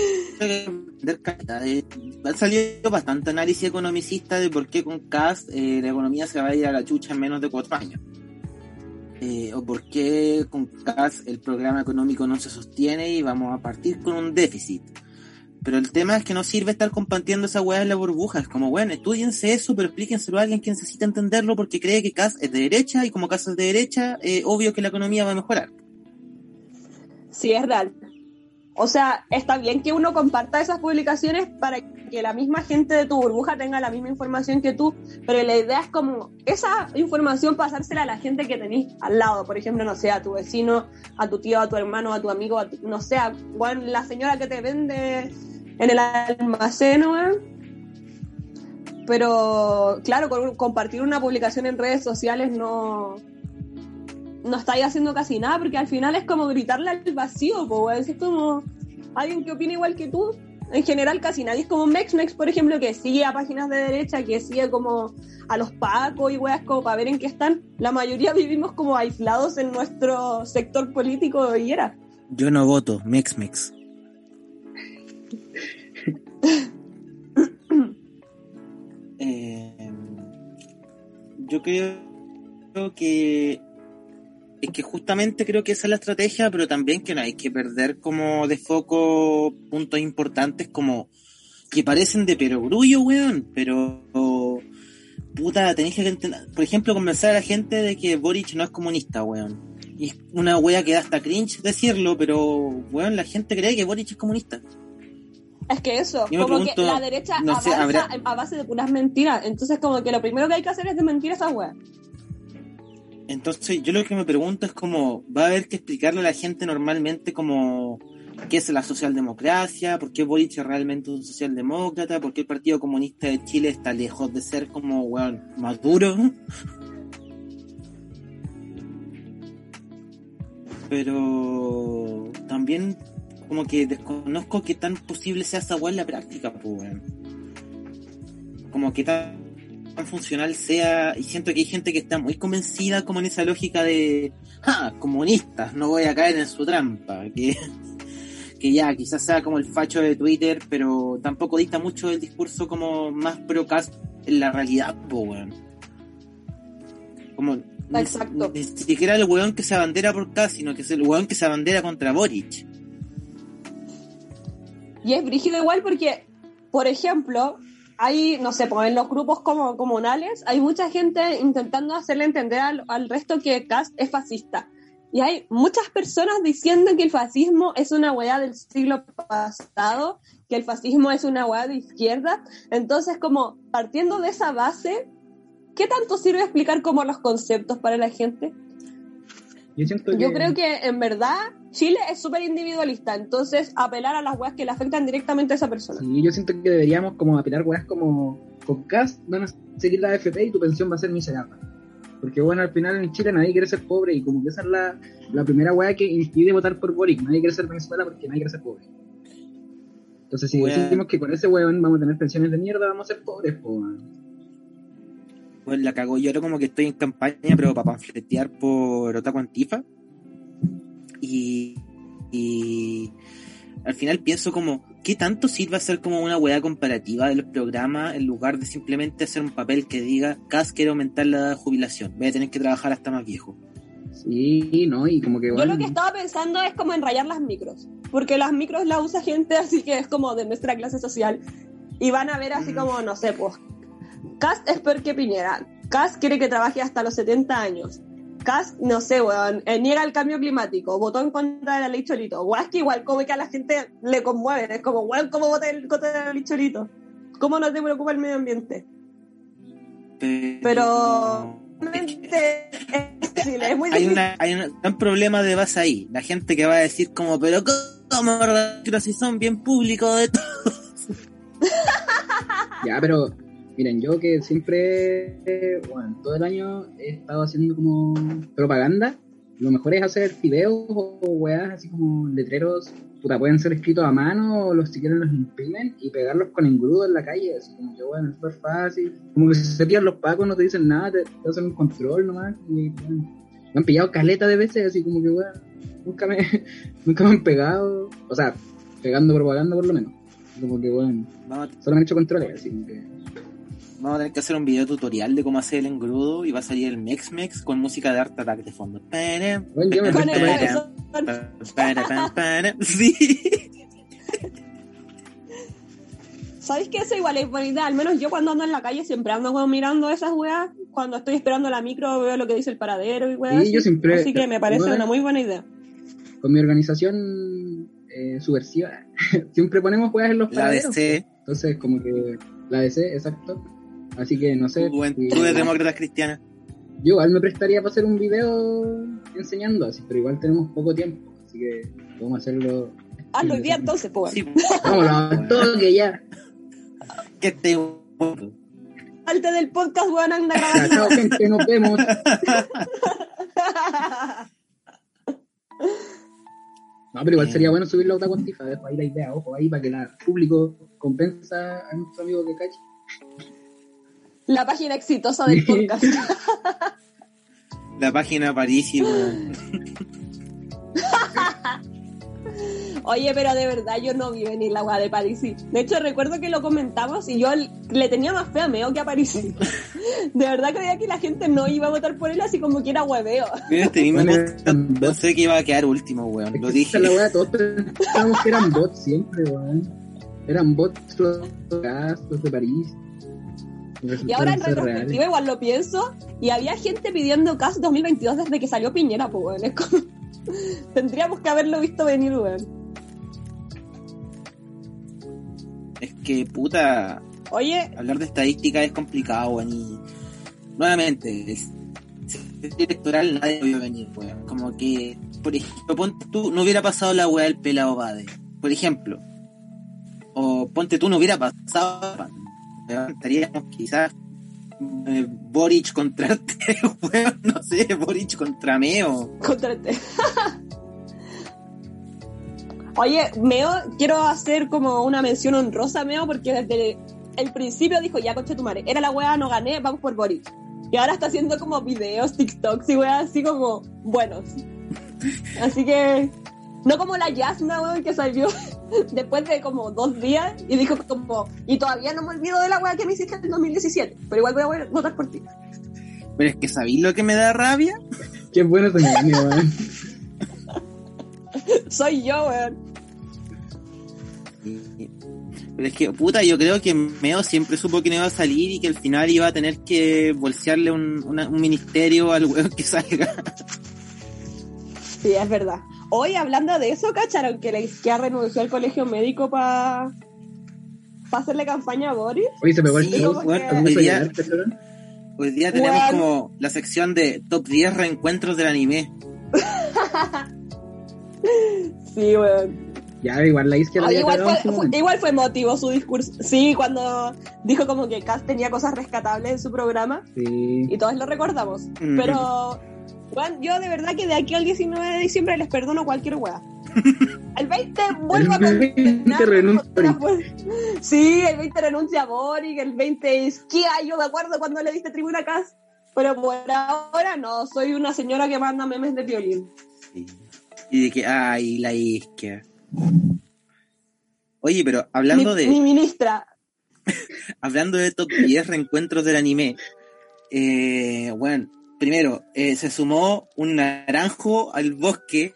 han salido bastante análisis economicista de por qué con Kast eh, la economía se va a ir a la chucha en menos de cuatro años. Eh, o por qué con Kast el programa económico no se sostiene y vamos a partir con un déficit. Pero el tema es que no sirve estar compartiendo esa weá en la burbuja. Es como, bueno, estudiense eso, pero explíquenselo a alguien que necesita entenderlo porque cree que Kast es de derecha y como Kast es de derecha, eh, obvio que la economía va a mejorar. Sí, es real. O sea, está bien que uno comparta esas publicaciones para que la misma gente de tu burbuja tenga la misma información que tú, pero la idea es como esa información pasársela a la gente que tenés al lado, por ejemplo, no sé, a tu vecino, a tu tío, a tu hermano, a tu amigo, a tu, no sé, a bueno, la señora que te vende en el almacén, ¿no? Pero claro, con, compartir una publicación en redes sociales no... no estáis haciendo casi nada, porque al final es como gritarle al vacío, po, es como alguien que opina igual que tú. En general casi nadie es como Mexmex, por ejemplo, que sigue a páginas de derecha, que sigue como a los pacos y weas como para ver en qué están. La mayoría vivimos como aislados en nuestro sector político y era. Yo no voto, Mexmex. eh, yo creo que es que justamente creo que esa es la estrategia, pero también que no hay que perder como de foco puntos importantes como que parecen de perogrullo, weón, pero puta, tenés que entender, por ejemplo, convencer a la gente de que Boric no es comunista, weón. Y es una wea que da hasta cringe decirlo, pero weón, la gente cree que Boric es comunista. Es que eso, Yo como pregunto, que la derecha no sé, avanza habrá... a base de puras mentiras, entonces como que lo primero que hay que hacer es desmentir esa wea. Entonces yo lo que me pregunto es como, va a haber que explicarle a la gente normalmente como qué es la socialdemocracia, por qué Boric es realmente un socialdemócrata, por qué el Partido Comunista de Chile está lejos de ser como, weón, más duro. Pero también como que desconozco qué tan posible sea esa weá en la práctica, pues, weón. Como que tan tan funcional sea, y siento que hay gente que está muy convencida como en esa lógica de ah, comunistas, no voy a caer en su trampa, que, que ya, quizás sea como el facho de Twitter, pero tampoco dicta mucho el discurso como más pro-Kast en la realidad, po, weón. Como Exacto. Ni, ni siquiera el weón que se abandera por Kast, sino que es el weón que se abandera contra Boric. Y es brígido igual porque, por ejemplo, hay, no sé, pues en los grupos como comunales hay mucha gente intentando hacerle entender al, al resto que Kast es fascista. Y hay muchas personas diciendo que el fascismo es una weá del siglo pasado, que el fascismo es una weá de izquierda. Entonces, como partiendo de esa base, ¿qué tanto sirve explicar como los conceptos para la gente? Yo, siento que... Yo creo que en verdad Chile es súper individualista, entonces apelar a las weas que le afectan directamente a esa persona. Sí, yo siento que deberíamos como apelar weas como con Kast van a seguir la A F P y tu pensión va a ser miserable. Porque bueno, al final en Chile nadie quiere ser pobre y como que esa es la, la primera wea que impide votar por Boric. Nadie quiere ser Venezuela porque nadie quiere ser pobre. Entonces si Wea. decimos que con ese weón vamos a tener pensiones de mierda, vamos a ser pobres, po. Pues la cago, yo ahora como que estoy en campaña, pero para panfletear por Otaku Antifa. Y, y al final pienso como, ¿qué tanto sirve hacer como una hueá comparativa de los programas en lugar de simplemente hacer un papel que diga, Kast quiere aumentar la edad de jubilación, voy a tener que trabajar hasta más viejo? Sí, no, y como que... Yo bueno, lo que estaba pensando es como en rayar las micros, porque las micros las usa gente así que es como de nuestra clase social, y van a ver así como, no sé, pues, Kast es peor que Piñera, Kast quiere que trabaje hasta los setenta años, Kast, no sé, weón, eh, niega el cambio climático, votó en contra de la ley Cholito, weón, es que igual como que a la gente le conmueve, es como, weón, ¿cómo voté en contra de la ley Cholito? ¿Cómo no te preocupa el medio ambiente? Pero... Pero... realmente es difícil, es muy hay difícil. Una, hay un gran problema de base ahí, la gente que va a decir como, pero ¿cómo? Pero si son bien públicos de todos. Ya, pero... Miren, yo que siempre, eh, bueno, todo el año he estado haciendo como propaganda, lo mejor es hacer videos o, o weas así como letreros, puta, pueden ser escritos a mano o los si quieren los imprimen y pegarlos con engrudo en la calle, así como que bueno, es súper fácil, como que si se pillan los pacos no te dicen nada, te, te hacen un control nomás, y bueno, me han pillado caleta de veces, así como que bueno, nunca me, nunca me han pegado, o sea, pegando propaganda por lo menos, como que bueno, solo me han hecho controles, así como que... Vamos a tener que hacer un video tutorial de cómo hacer el engrudo y va a salir el Mex Mex con música de Art Attack de fondo. Bueno, yo me Con el para, cabezón. Sí. ¿Sabéis que eso igual es buena idea? Al menos yo cuando ando en la calle siempre ando como mirando esas weas. Cuando estoy esperando la micro veo lo que dice el paradero y weas. Sí, así. yo siempre- Así que me parece bueno, una muy buena idea. Con mi organización eh, subversiva, siempre ponemos weas en los La paraderos. D C, Entonces, como que la D C, exacto. Así que no sé. Juventud de Demócratas Cristianas. Yo igual me prestaría para hacer un video enseñando así, pero igual tenemos poco tiempo, así que podemos hacerlo. Hazlo hoy día entonces, pues. Sí, Vámonos, al toque ya. que te... Salte del podcast, weón, anda Ya, grabando. chao, gente, nos vemos. No, pero igual sería bueno subirlo a otra cuantifa, dejo ahí la idea, ojo, ahí para que el público compensa a nuestro amigo que cache. La página exitosa del podcast. La página París y... weón. Oye, pero de verdad yo no vi venir la weá de Parisi. De hecho, recuerdo que lo comentamos y yo le tenía más fe a Meo que a Parisi. De verdad creía que la gente no iba a votar por él así como que era hueveo. En este mismo Bueno, podcast pensé que iba a quedar último, weón. Es Lo que dije. esa es la weá, todos pensábamos que eran bots siempre, weón. Eran bots los gastos de París. Y ahora en Resultaron ser retrospectiva reales. igual lo pienso y había gente pidiendo C A S dos mil veintidós desde que salió Piñera, pues weón. Es como... Tendríamos que haberlo visto venir, weón. Es que, puta, Oye, hablar de estadística es complicado, weón. Y nuevamente, el sistema electoral nadie lo vio venir, weón. Como que, por ejemplo, ponte tú, no hubiera pasado la weá del pelado Bade, por ejemplo. O ponte tú, no hubiera pasado, weón, estaríamos quizás eh, Boric contra Arteo, weón, no sé, Boric contra Meo. contra este. Oye, Meo, quiero hacer como una mención honrosa a Meo porque desde el principio dijo, ya, concha tu madre, era la weá, no gané, vamos por Boric. Y ahora está haciendo como videos, TikToks y weá así como buenos. Así que, no como la Yasna, weón, que salió después de como dos días y dijo como, y todavía no me olvido de la weá que me hiciste en el dos mil diecisiete, pero igual voy a votar por ti. Pero es que, ¿sabéis lo que me da rabia? Qué bueno ese meme, weón. Soy yo, weón. Pero es que, puta, yo creo que Meo siempre supo que no iba a salir y que al final iba a tener que bolsearle un, una, un ministerio al weón que salga. Sí, es verdad. Hoy, hablando de eso, ¿cacharon que la izquierda renunció al colegio médico para pa hacerle campaña a Boris? Oye, se pegó el Sí, show, como bueno, que- ¿Cómo hoy se día, llama este programa? hoy día tenemos Weón. como la sección de top diez reencuentros del anime. Sí, weón. Ya, igual la izquierda Oye, ya igual, cagó en fue, su fue- momento. igual fue emotivo su discurso. Sí, cuando dijo como que Cass tenía cosas rescatables en su programa Sí. y todos lo recordamos. Ujú. Pero, weón, yo de verdad que de aquí al diecinueve de diciembre les perdono cualquier weá. El veinte vuelvo a El veinte condenar renuncia a otra vez. Sí, el veinte renuncia a Boric, el veinte es que yo me acuerdo cuando le diste tribuna a Cass. Pero por ahora no, soy una señora que manda memes de violín. Sí. Y de que, ay, la isquia. Oye, pero hablando mi, de mi ministra. hablando de top diez reencuentros del anime, eh, bueno, primero, eh, se sumó un naranjo al bosque.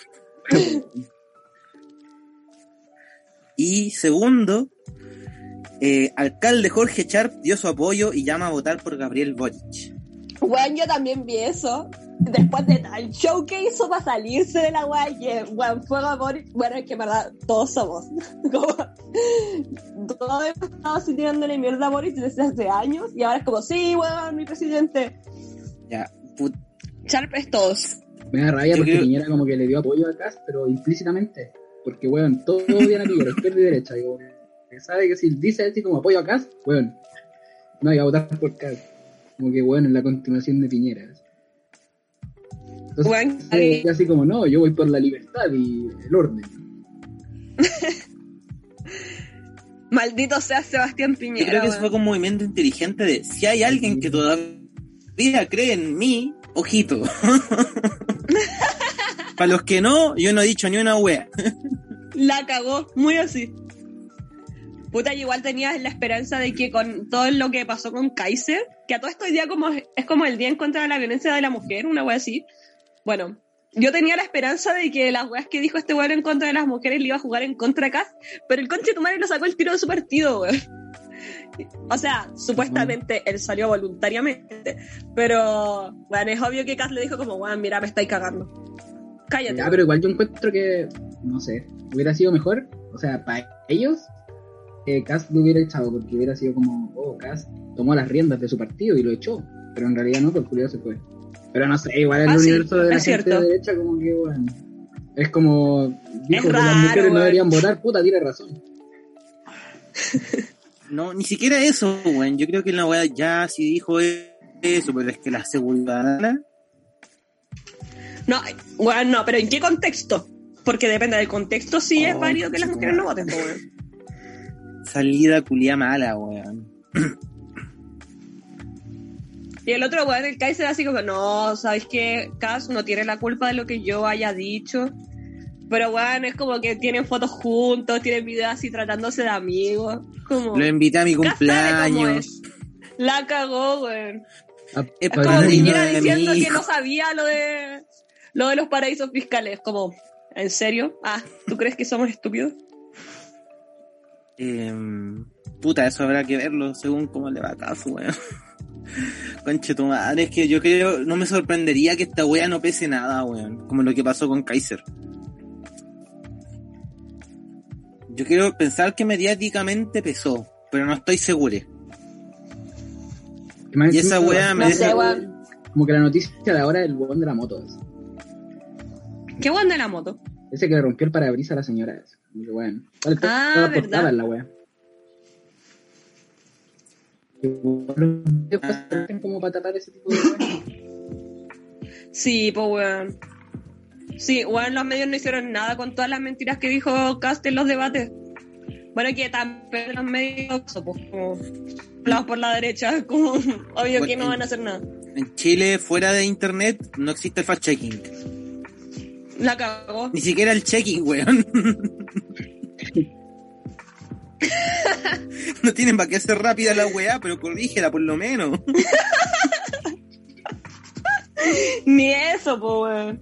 Y segundo, eh, alcalde Jorge Sharp dio su apoyo y llama a votar por Gabriel Boric. Bueno, yo también vi eso. Después de tal show que hizo para salirse de la guay, que bueno, fuego a Boric. Bueno, es que en verdad todos somos. Como, todos hemos estado así tirándole mierda a Boric desde hace años. Y ahora es como, sí, weón, mi presidente. Ya, put- Sharp es todos. Me da rabia Yo porque creo- Piñera como que le dio apoyo a Cast, pero implícitamente. Porque, weón, todo viene a Piñera, izquierda y derecha. Y como que sabe que si dice así como apoyo a Cast, weón, no hay que votar por Cast. Como que, weón, es la continuación de Piñera. Entonces, Weón, eh, así como, no, yo voy por la libertad y el orden. Maldito sea Sebastián yo Piñera. creo que eso weón. fue como un movimiento inteligente de si hay alguien que todavía cree en mí, ojito. Para los que no, yo no he dicho ni una wea. La cagó, muy así. Puta, y igual tenías la esperanza de que con todo lo que pasó con Kaiser, que a todo esto hoy día como es como el día en contra de la violencia de la mujer, una wea así. Bueno, yo tenía la esperanza de que las weas que dijo este weón en contra de las mujeres le iba a jugar en contra de Kast, pero el conche tu madre lo sacó el tiro de su partido, weón. O sea, supuestamente uh-huh. él salió voluntariamente, pero bueno, es obvio que Kast le dijo como, weón, mira, me estáis cagando. Cállate. Ya, pero igual yo encuentro que, no sé, hubiera sido mejor, o sea, para ellos, eh, Kast lo hubiera echado, porque hubiera sido como, oh, Kast tomó las riendas de su partido y lo echó, pero en realidad no, porque el culiao se fue. Pero no sé, igual en ah, el sí, universo de la gente cierto. de derecha, como que, bueno, es como, dijo es que raro, las mujeres weón. no deberían votar, puta, tiene razón. No, ni siquiera eso, weón. Yo creo que la weá ya sí dijo eso, pero es que la seguridad. No, bueno, no, pero ¿en qué contexto? Porque depende del contexto, sí oh, es válido que las mujeres no voten, weón. Salida culia mala, weón. Y el otro weón, el Kaiser, así como, no, ¿sabes qué? Kast no tiene la culpa de lo que yo haya dicho. Pero weón, es como que tienen fotos juntos, tienen videos así tratándose de amigos. Como, lo invité a mi cumpleaños. La cagó, weón. A, es como Piñera diciendo que no sabía lo de lo de los paraísos fiscales. Como, ¿en serio? Ah, ¿tú crees que somos estúpidos? Eh, puta, eso habrá que verlo según cómo le va a caso, weón. Conche tu madre, es que yo creo, no me sorprendería que esta wea no pese nada, weón. Como lo que pasó con Kaiser. Yo quiero pensar que mediáticamente pesó, pero no estoy seguro. Y esa weá me no deja... sé, weón. Como que la noticia de ahora es el weón de la moto. Ese. ¿Qué weón de la moto? Ese que le rompió el parabrisas a la señora. Ese. Muy bueno. Vale, ah, toda verdad. En la weá. Ah. Como para tapar ese tipo de weá. Sí, pues weón. Sí, weón, los medios no hicieron nada con todas las mentiras que dijo Kast en los debates. Bueno, que también los medios, pues, como hablados por la derecha, como obvio bueno, que no van a hacer nada. En Chile, fuera de internet, no existe el fact-checking. La cagó. Ni siquiera el checking, weón. No tienen para qué hacer rápida la weá, pero corrígela por lo menos. Ni eso, pues, weón.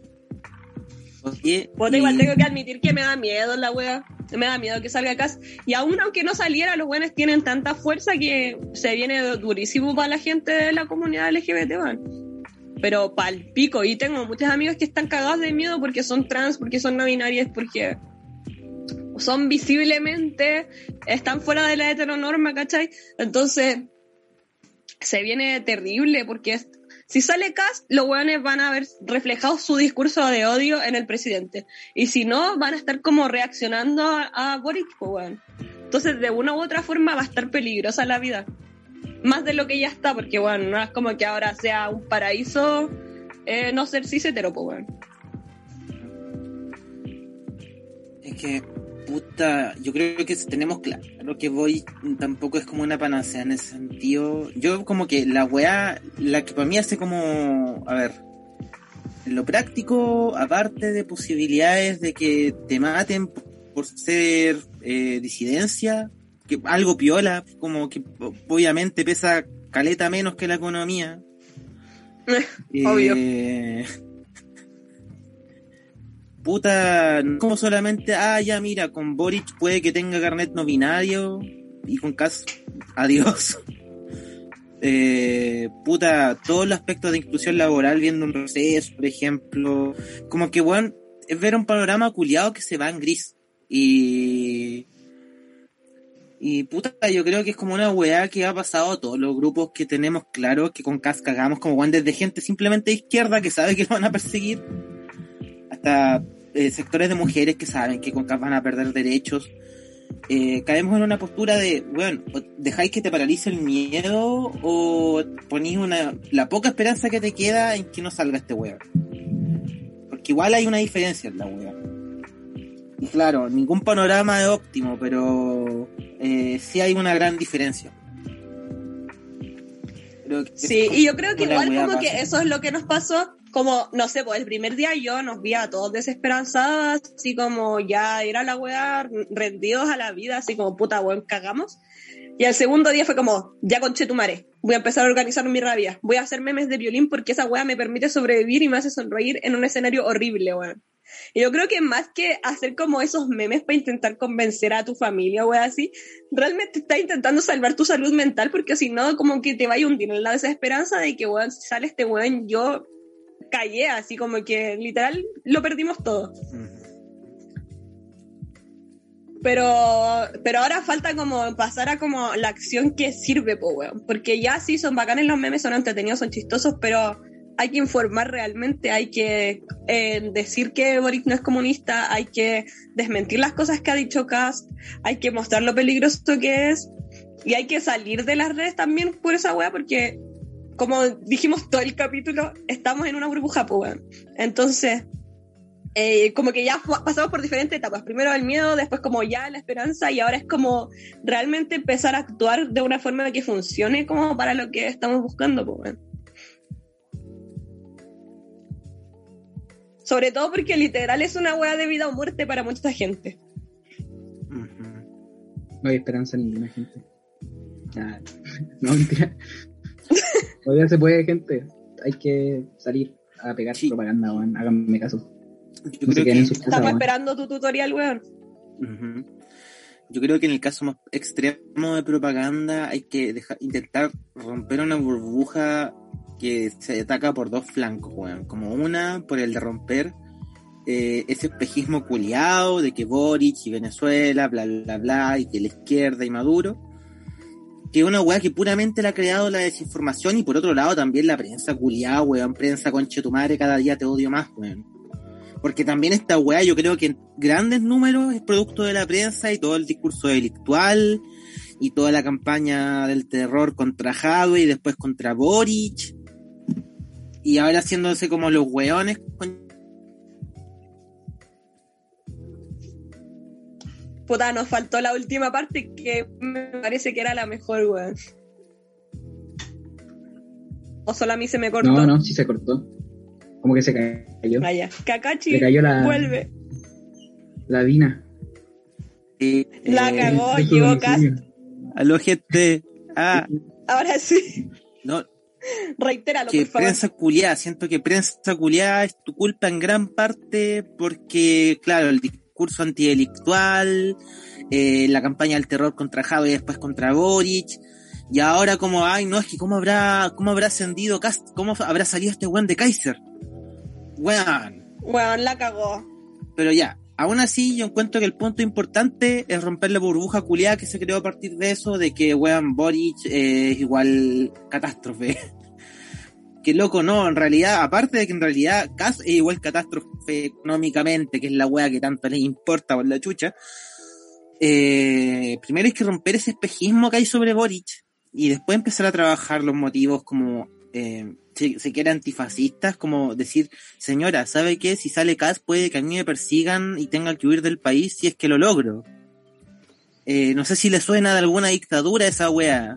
Oye, pues y... igual tengo que admitir que me da miedo la wea. Me da miedo que salga Kast. Y aún aunque no saliera, los buenos tienen tanta fuerza que se viene durísimo para la gente de la comunidad L G B T, man. Pero pal pico. Y tengo muchos amigos que están cagados de miedo porque son trans, porque son no binarias, porque son visiblemente, están fuera de la heteronorma, ¿cachai? Entonces, se viene terrible porque es, si sale Kast, los weones van a ver reflejado su discurso de odio en el presidente. Y si no, van a estar como reaccionando a, a Boric, pues, weón. Entonces, de una u otra forma, va a estar peligrosa la vida. Más de lo que ya está, porque, bueno, no es como que ahora sea un paraíso eh, no ser cis hetero, pues, weón. Es que, puta, yo creo que tenemos claro que voy tampoco es como una panacea en ese sentido. Yo como que la weá, la que para mí hace como, a ver, en lo práctico, aparte de posibilidades de que te maten por ser eh, disidencia, que algo piola, como que obviamente pesa caleta menos que la economía. eh, Obvio. Puta, como solamente, ah, ya mira, con Boric puede que tenga carnet no binario y con Kast, adiós. Eh, puta, todos los aspectos de inclusión laboral viendo un receso, por ejemplo, como que, bueno, es ver un panorama culiado que se va en gris. Y... Y puta, yo creo que es como una weá que ha pasado a todos los grupos que tenemos claros que con Kast cagamos como weón desde gente simplemente de izquierda que sabe que lo van a perseguir, hasta eh, sectores de mujeres que saben que con Kast van a perder derechos. Eh, caemos en una postura de, bueno, dejáis que te paralice el miedo o ponís una la poca esperanza que te queda en que no salga este weón. Porque igual hay una diferencia en la weá. Y claro, ningún panorama es óptimo, pero eh, sí hay una gran diferencia. Sí, y yo creo que igual como pasa. Que eso es lo que nos pasó como, no sé, pues el primer día yo nos vi a todos desesperanzados, así como ya era la weá, rendidos a la vida, así como puta weón, cagamos. Y el segundo día fue como, ya conchetumare, voy a empezar a organizar mi rabia, voy a hacer memes de violín porque esa weá me permite sobrevivir y me hace sonreír en un escenario horrible, weón. Y yo creo que más que hacer como esos memes para intentar convencer a tu familia o así, realmente estás intentando salvar tu salud mental, porque si no, como que te vaya a hundir en la desesperanza de que, weón, si sale este weón, yo callé, así como que literal lo perdimos todo. Pero, pero ahora falta como pasar a como la acción que sirve, po, weón. Porque ya sí son bacanes los memes, son entretenidos, son chistosos, pero hay que informar realmente, hay que eh, decir que Boric no es comunista, hay que desmentir las cosas que ha dicho Kast, hay que mostrar lo peligroso que es, y hay que salir de las redes también por esa weá, porque como dijimos todo el capítulo, estamos en una burbuja, po, weón. Entonces, eh, como que ya pasamos por diferentes etapas. Primero el miedo, después como ya la esperanza, y ahora es como realmente empezar a actuar de una forma que funcione como para lo que estamos buscando, po, weón. Sobre todo porque literal es una weá de vida o muerte para mucha gente. No hay esperanza en ninguna gente. Nah, no, mentira. Todavía se puede, gente. Hay que salir a pegar sí. propaganda, weón. Háganme caso. Yo no creo que estamos casa, esperando tu tutorial, weón. Uh-huh. Yo creo que en el caso más extremo de propaganda hay que dejar, intentar romper una burbuja que se ataca por dos flancos, weón. Como una, por el de romper eh, ese espejismo culiado de que Boric y Venezuela, bla, bla, bla, y que la izquierda y Maduro, que es una weá que puramente la ha creado la desinformación, y por otro lado también la prensa culiada, weón, prensa conchetumare, cada día te odio más, weón. Porque también esta weá yo creo que en grandes números es producto de la prensa y todo el discurso delictual y toda la campaña del terror contra Jadwe y después contra Boric, y ahora haciéndose como los weones con... Puta, nos faltó la última parte que me parece que era la mejor, weón. O solo a mí se me cortó. No, no, sí se cortó. Como que se cayó. Vaya, Kakashi, se cayó la... vuelve. La Dina. Eh, la eh, cagó, llegó Kast. Aló, gente. Ah. Ahora sí. No. Reitéralo, que por favor. Prensa culiada, siento que prensa culiada es tu culpa en gran parte porque, claro, el discurso antidelictual, eh, la campaña del terror contra Jadwe y después contra Boric, y ahora como, ay, no, es que cómo habrá, cómo habrá ascendido Kast, cómo habrá salido este weón de Kaiser. Weón. Weón, la cagó. Pero ya, aún así yo encuentro que el punto importante es romper la burbuja culiada que se creó a partir de eso, de que weón Boric eh, es igual catástrofe. Que loco, no, en realidad, aparte de que en realidad Kast es igual catástrofe económicamente, que es la wea que tanto les importa por la chucha, eh, primero hay que romper ese espejismo que hay sobre Boric y después empezar a trabajar los motivos como, eh, si, si quiere antifascistas, como decir, señora, ¿sabe qué? Si sale Kast puede que a mí me persigan y tenga que huir del país si es que lo logro. Eh, no sé si le suena de alguna dictadura esa wea.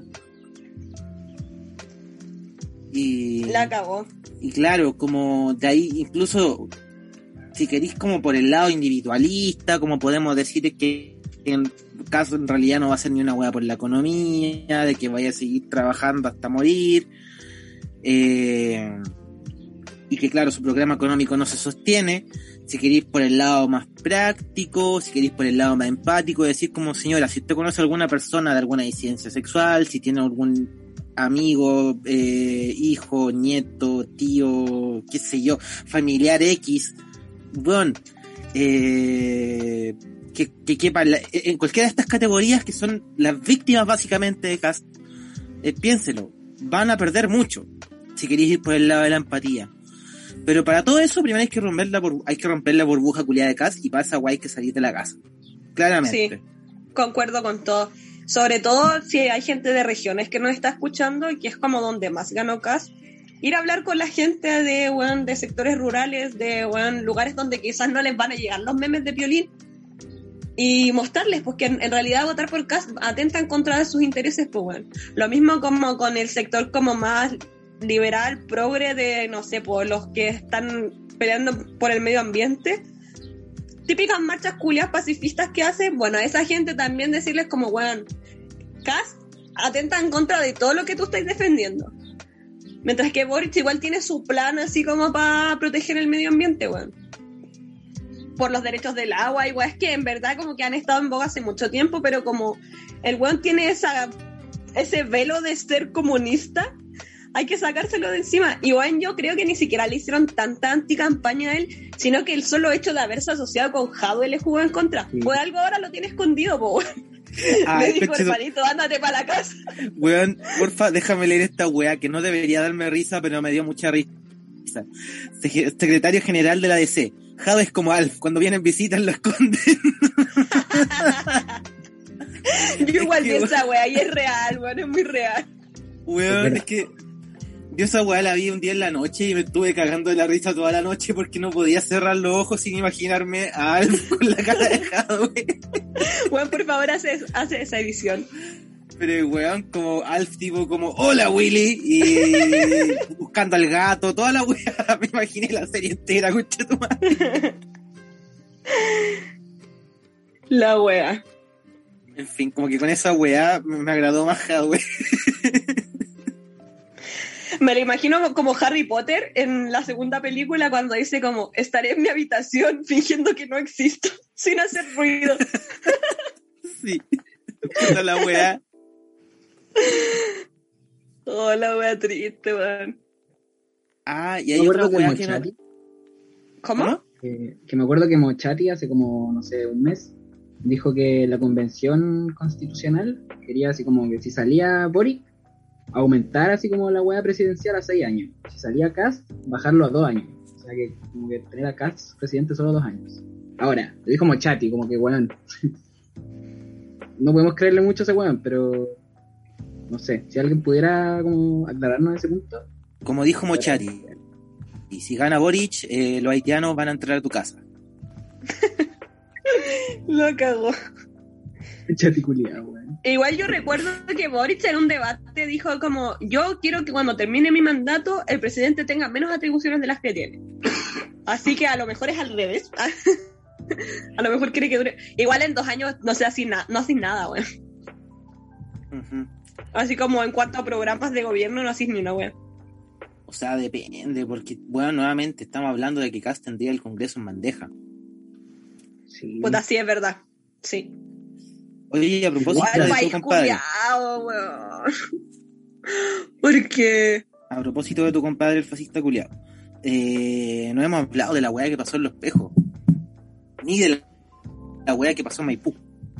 Y la cagó. Y claro, como de ahí incluso si queréis como por el lado individualista, como podemos decir que en caso en realidad no va a ser ni una hueá por la economía, de que vaya a seguir trabajando hasta morir, eh, y que claro, su programa económico no se sostiene. Si queréis por el lado más práctico, si queréis por el lado más empático, decir como, señora, si usted conoce a alguna persona de alguna disidencia sexual, si tiene algún amigo, eh, hijo, nieto, tío, qué sé yo, familiar X, bueno, eh, que, que quepa la, en cualquiera de estas categorías que son las víctimas básicamente de Kast, eh, piénselo, van a perder mucho si queréis ir por el lado de la empatía. Pero para todo eso primero hay que romper la burbuja, hay que romper la burbuja culiada de Kast, y para esa guay hay que salir de la casa. Claramente. Sí, concuerdo con todo. Sobre todo si hay gente de regiones que nos está escuchando y que es como donde más ganó Kast, ir a hablar con la gente de, bueno, de sectores rurales, de bueno, lugares donde quizás no les van a llegar los memes de Piolín, y mostrarles pues que en, en realidad votar por Kast atenta en contra de sus intereses, pues bueno. Lo mismo como con el sector como más liberal, progre de, no sé, por los que están peleando por el medio ambiente, típicas marchas culias pacifistas que hacen, bueno, a esa gente también decirles como, weón, Kast atenta en contra de todo lo que tú estás defendiendo. Mientras que Boric igual tiene su plan así como para proteger el medio ambiente, weón. Por los derechos del agua, igual es que en verdad como que han estado en boga hace mucho tiempo, pero como el weón tiene esa, ese velo de ser comunista, hay que sacárselo de encima. Igual yo creo que ni siquiera le hicieron tanta anticampaña a él, sino que el solo hecho de haberse asociado con Jadwe le jugó en contra. Sí. Pues algo ahora lo tiene escondido, po, weón. Ay, me dijo, hermanito, ándate para la casa. Weón, porfa, déjame leer esta weá que no debería darme risa, pero me dio mucha risa. Secretario General de la D C. Jadwe es como Alf, cuando vienen visitas lo esconden. Yo igual vi es que, esa weá y es real, weón, es muy real. Weón, es que yo esa weá la vi un día en la noche y me estuve cagando de la risa toda la noche porque no podía cerrar los ojos sin imaginarme a Alf con la cara de Jadwe. Weón, por favor, hace, hace esa edición. Pero weón, como Alf tipo como hola Willy y buscando al gato, toda la weá, me imaginé la serie entera, concha tu madre. La weá. En fin, como que con esa weá me agradó más Jadwe. Me lo imagino como Harry Potter en la segunda película cuando dice como estaré en mi habitación fingiendo que no existo sin hacer ruido. Sí, toda la weá. Oh, la wea triste, weón. Ah, y hay otra wea que no... ¿Cómo? ¿Cómo? Que, que me acuerdo que Mochati hace como, no sé, un mes dijo que la convención constitucional quería así como que si salía Boric, aumentar así como la wea presidencial a seis años. Si salía Kast, bajarlo a dos años. O sea que como que tener a Kast presidente solo dos años. Ahora, lo dijo Mochati, como que weón. No podemos creerle mucho a ese weón, pero no sé, si alguien pudiera como aclararnos ese punto. Como dijo Mochati, y si gana Boric, eh, los haitianos van a entrar a tu casa. Lo cagó. Mochati culiado, weón. Igual yo recuerdo que Boric en un debate dijo como, yo quiero que cuando termine mi mandato el presidente tenga menos atribuciones de las que tiene. Así que a lo mejor es al revés. A lo mejor quiere que dure. Igual en dos años no sé, así na- no hacen nada, weón. Uh-huh. Así como en cuanto a programas de gobierno no haces ni una weón. O sea, depende, porque, bueno, nuevamente estamos hablando de que Kast tendría el Congreso en bandeja. Sí. Pues así es verdad. Sí. Oye, a propósito Igual de país tu compadre. culiao, weón. ¿Por qué? A propósito de tu compadre, el fascista culiao. Eh, no hemos hablado de la weá que pasó en Los Pejos. Ni de la, la weá que pasó en Maipú.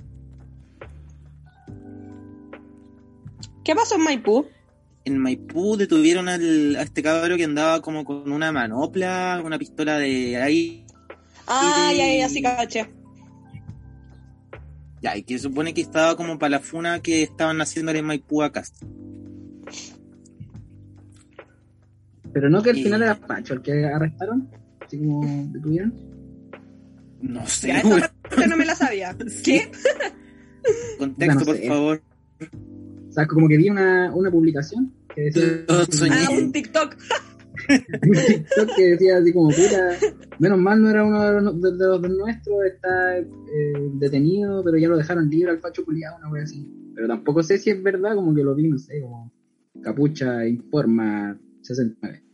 ¿Qué pasó en Maipú? En Maipú detuvieron al, a este cabrón que andaba como con una manopla, una pistola de aire. Ah, ya, ya, sí, caché. Ya, y que supone que estaba como para la funa que estaban haciendo en Maipú a Kast. Pero no que al Y- final era Pacho el que arrestaron, así como detuvieron. No sé, Ya, esa weón. parte no me la sabía. ¿Qué? Contexto, No por sé. favor. O sea, como que vi una, una publicación que decía Yo soñé. Ah, un TikTok. un TikTok que decía así como puta, menos mal no era uno de los, de, de los de nuestros, está eh, detenido, pero ya lo dejaron libre al facho culiado, una wea así. Pero tampoco sé si es verdad, como que lo vi, no sé, como Capucha Informa sesenta y nueve.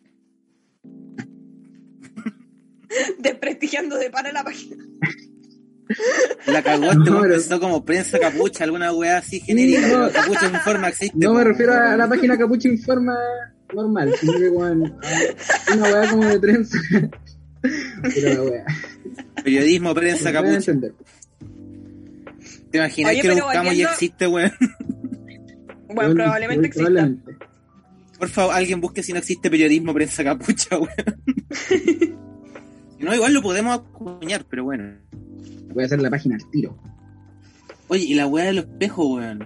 Desprestigiando de para la página. La cagó, este No, weón pero- empezó como prensa capucha, alguna weá así genérica. No. Pero Capucha en forma existe. No me po. refiero a la página Capucha Informa normal, sino que weón, a una wea como de prensa. Pero la wea. Periodismo, prensa Pueden capucha. entender. ¿Te imaginas Oye, que lo pero buscamos y volviendo- existe, weón? Bueno, probablemente exista. Probablemente. Por favor, alguien busque si no existe periodismo, prensa capucha, weón. No, igual lo podemos acuñar, pero bueno. Voy a hacer la página al tiro. Oye, y la weá de los espejos, weón.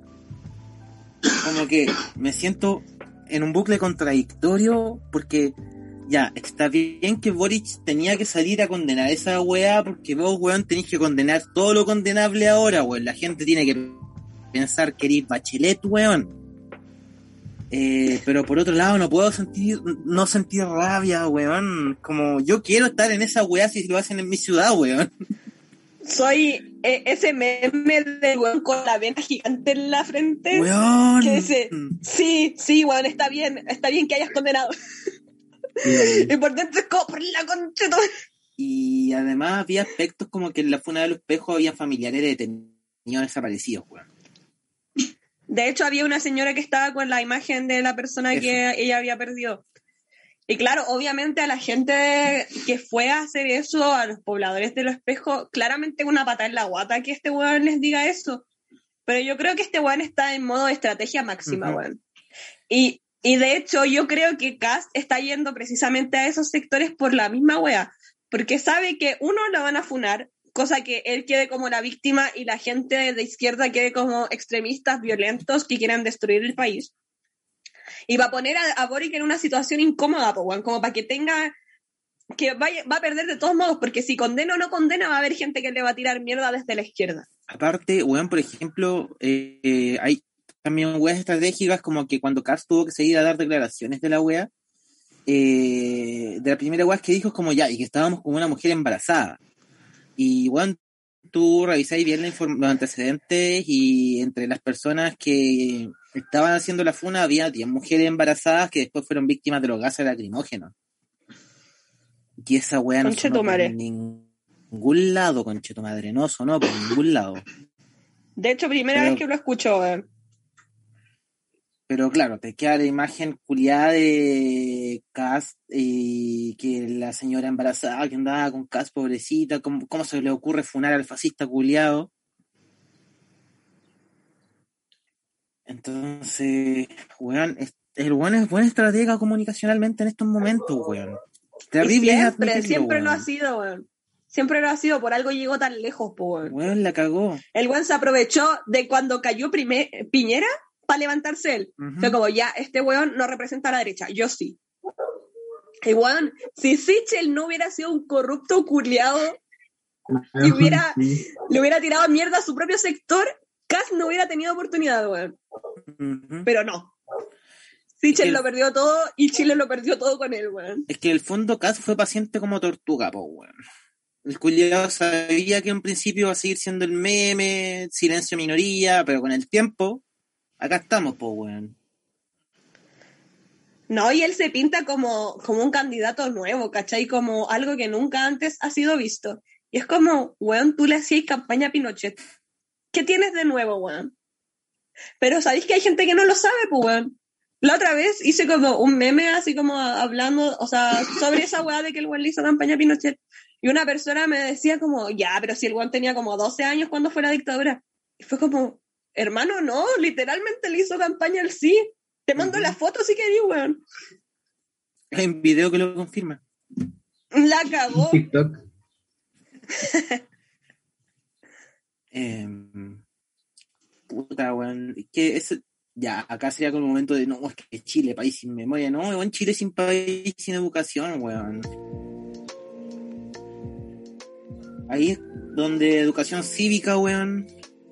Como que me siento en un bucle contradictorio porque ya, está bien que Boric tenía que salir a condenar esa weá porque vos, weón, tenéis que condenar todo lo condenable ahora, weón. La gente tiene que pensar que eres Bachelet, weón. Eh, pero por otro lado no puedo sentir, no sentir rabia, weón. Como yo quiero estar en esa weá si lo hacen en mi ciudad, weón. Soy eh, ese meme del weón con la vena gigante en la frente. Weón. Que dice, sí, sí, weón, está bien, está bien que hayas condenado. Y por dentro es como por la concha de todo. Y además había aspectos como que en la funa de los espejos había familiares de detenidos desaparecidos, weón. De hecho, había una señora que estaba con la imagen de la persona Eso. que ella había perdido. Y claro, obviamente a la gente que fue a hacer eso, a los pobladores de los espejos, claramente una patada en la guata que este weón les diga eso. Pero yo creo que este weón está en modo de estrategia máxima, uh-huh. weón. Y, y de hecho, yo creo que Kast está yendo precisamente a esos sectores por la misma wea. Porque sabe que uno lo van a funar, cosa que él quede como la víctima y la gente de izquierda quede como extremistas violentos que quieran destruir el país. Y va a poner a, a Boric en una situación incómoda, po, weón, como para que tenga, que vaya, va a perder de todos modos, porque si condena o no condena va a haber gente que le va a tirar mierda desde la izquierda. Aparte, weón, por ejemplo, eh, eh, hay también weas estratégicas como que cuando Kast tuvo que seguir a dar declaraciones de la wea, eh, de la primera wea que dijo es como ya, y que estábamos con una mujer embarazada. Y weón, tú revisáis bien la inform- los antecedentes y entre las personas que estaban haciendo la funa había diez mujeres embarazadas que después fueron víctimas de los gases lacrimógenos. Y esa weá no sonó por ningún lado, conchetumadre, no sonó por ningún lado. De hecho, primera pero, vez que lo escucho, weón. Pero claro, te queda la imagen culiada de Kast y eh, que la señora embarazada que andaba con Kast, pobrecita, ¿cómo, cómo se le ocurre funar al fascista culiado? Entonces, weón, es, el weón es buena estratega comunicacionalmente en estos momentos, weón. Terrible. Y siempre, siempre weón. Lo ha sido, weón. Siempre lo ha sido, por algo llegó tan lejos, po, weón. Weón, la cagó. El weón se aprovechó de cuando cayó primer, Piñera para levantarse él. Uh-huh. Fue como, ya, este weón no representa a la derecha, yo sí. Y weón, si Sichel no hubiera sido un corrupto culiado y hubiera, sí. le hubiera tirado mierda a su propio sector, Kast no hubiera tenido oportunidad, weón. Uh-huh. Pero no. Sichel el... lo perdió todo y Chile lo perdió todo con él, weón. Es que en el fondo Kast fue paciente como tortuga, po, weón. El culiado sabía que en principio va a seguir siendo el meme, silencio minoría, pero con el tiempo, acá estamos, po, weón. No, y él se pinta como, como un candidato nuevo, ¿cachai? Como algo que nunca antes ha sido visto. Y es como, weón, tú le hacías campaña a Pinochet. ¿Qué tienes de nuevo, weón? Pero sabéis que hay gente que no lo sabe, pues, weón. La otra vez hice como un meme así como hablando, o sea, sobre esa weá de que el weón le hizo campaña a Pinochet. Y una persona me decía como, ya, pero si el weón tenía como doce años cuando fue la dictadura. Y fue como, hermano, no, literalmente le hizo campaña al sí. Te mando uh-huh. la foto si querés, weón. Hay un video que lo confirma. La cagó. TikTok. eh, puta, weón. Que es, ya, acá sería con el momento de, no, es que Chile, país sin memoria. No, weón, Chile sin país, sin educación, weón. Ahí es donde educación cívica, weón.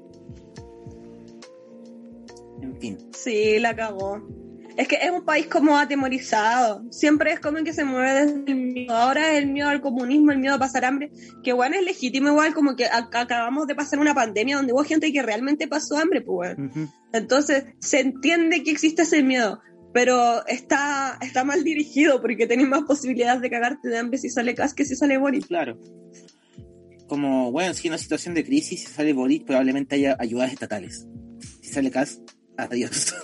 En fin. Sí, la cagó. Es que es un país como atemorizado. Siempre es como que se mueve desde el miedo. Ahora es el miedo al comunismo, el miedo a pasar hambre. Que bueno, es legítimo igual, como que a- acabamos de pasar una pandemia donde hubo gente que realmente pasó hambre, pues bueno. Uh-huh. Entonces, se entiende que existe ese miedo. Pero está, está mal dirigido porque tenés más posibilidades de cagarte de hambre si sale Kast que si sale Boric. Claro. Como, bueno, si en una situación de crisis, si sale Boric, probablemente haya ayudas estatales. Si sale Kast, adiós.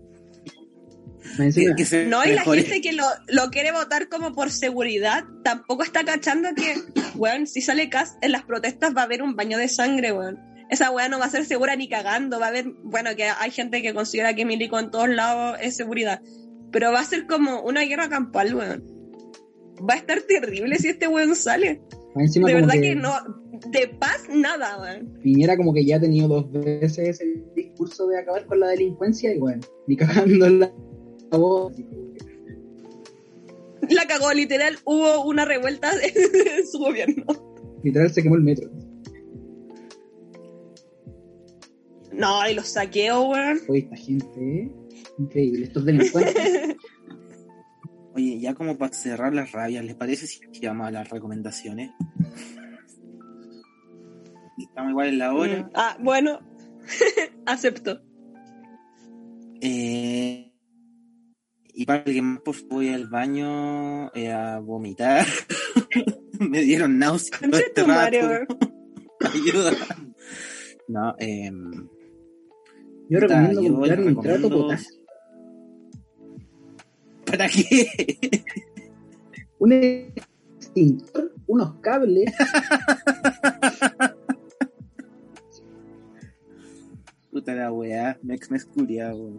que, que se no, y la gente que lo, lo quiere votar como por seguridad tampoco está cachando que, weón, si sale Kast en las protestas va a haber un baño de sangre, weón. Esa weá no va a ser segura ni cagando, va a haber, bueno, que hay gente que considera que milico en todos lados es seguridad, pero va a ser como una guerra campal, weón. Va a estar terrible si este weón sale. Encima de verdad que... que no, de paz nada, weón. Piñera como que ya ha tenido dos veces el discurso de acabar con la delincuencia y bueno, ni cagando la voz. La cagó, literal, hubo una revuelta en su gobierno. Literal se quemó el metro. No, y los saqueos, weón. Oye, esta gente, ¿eh? Increíble, estos delincuentes. Oye, ya como para cerrar las rabias, ¿les parece si vamos a las recomendaciones? Estamos igual en la hora. Mm. Ah, bueno, acepto. Eh, y para que más por voy al baño eh, a vomitar. Me dieron náuseas todo este rato. Mario. Ayuda. No, eh, Yo recomiendo yo comprar les nitrato recomiendo- potasio. ¿Para qué? Un extintor, unos cables. Puta la weá, me me escuria, weón.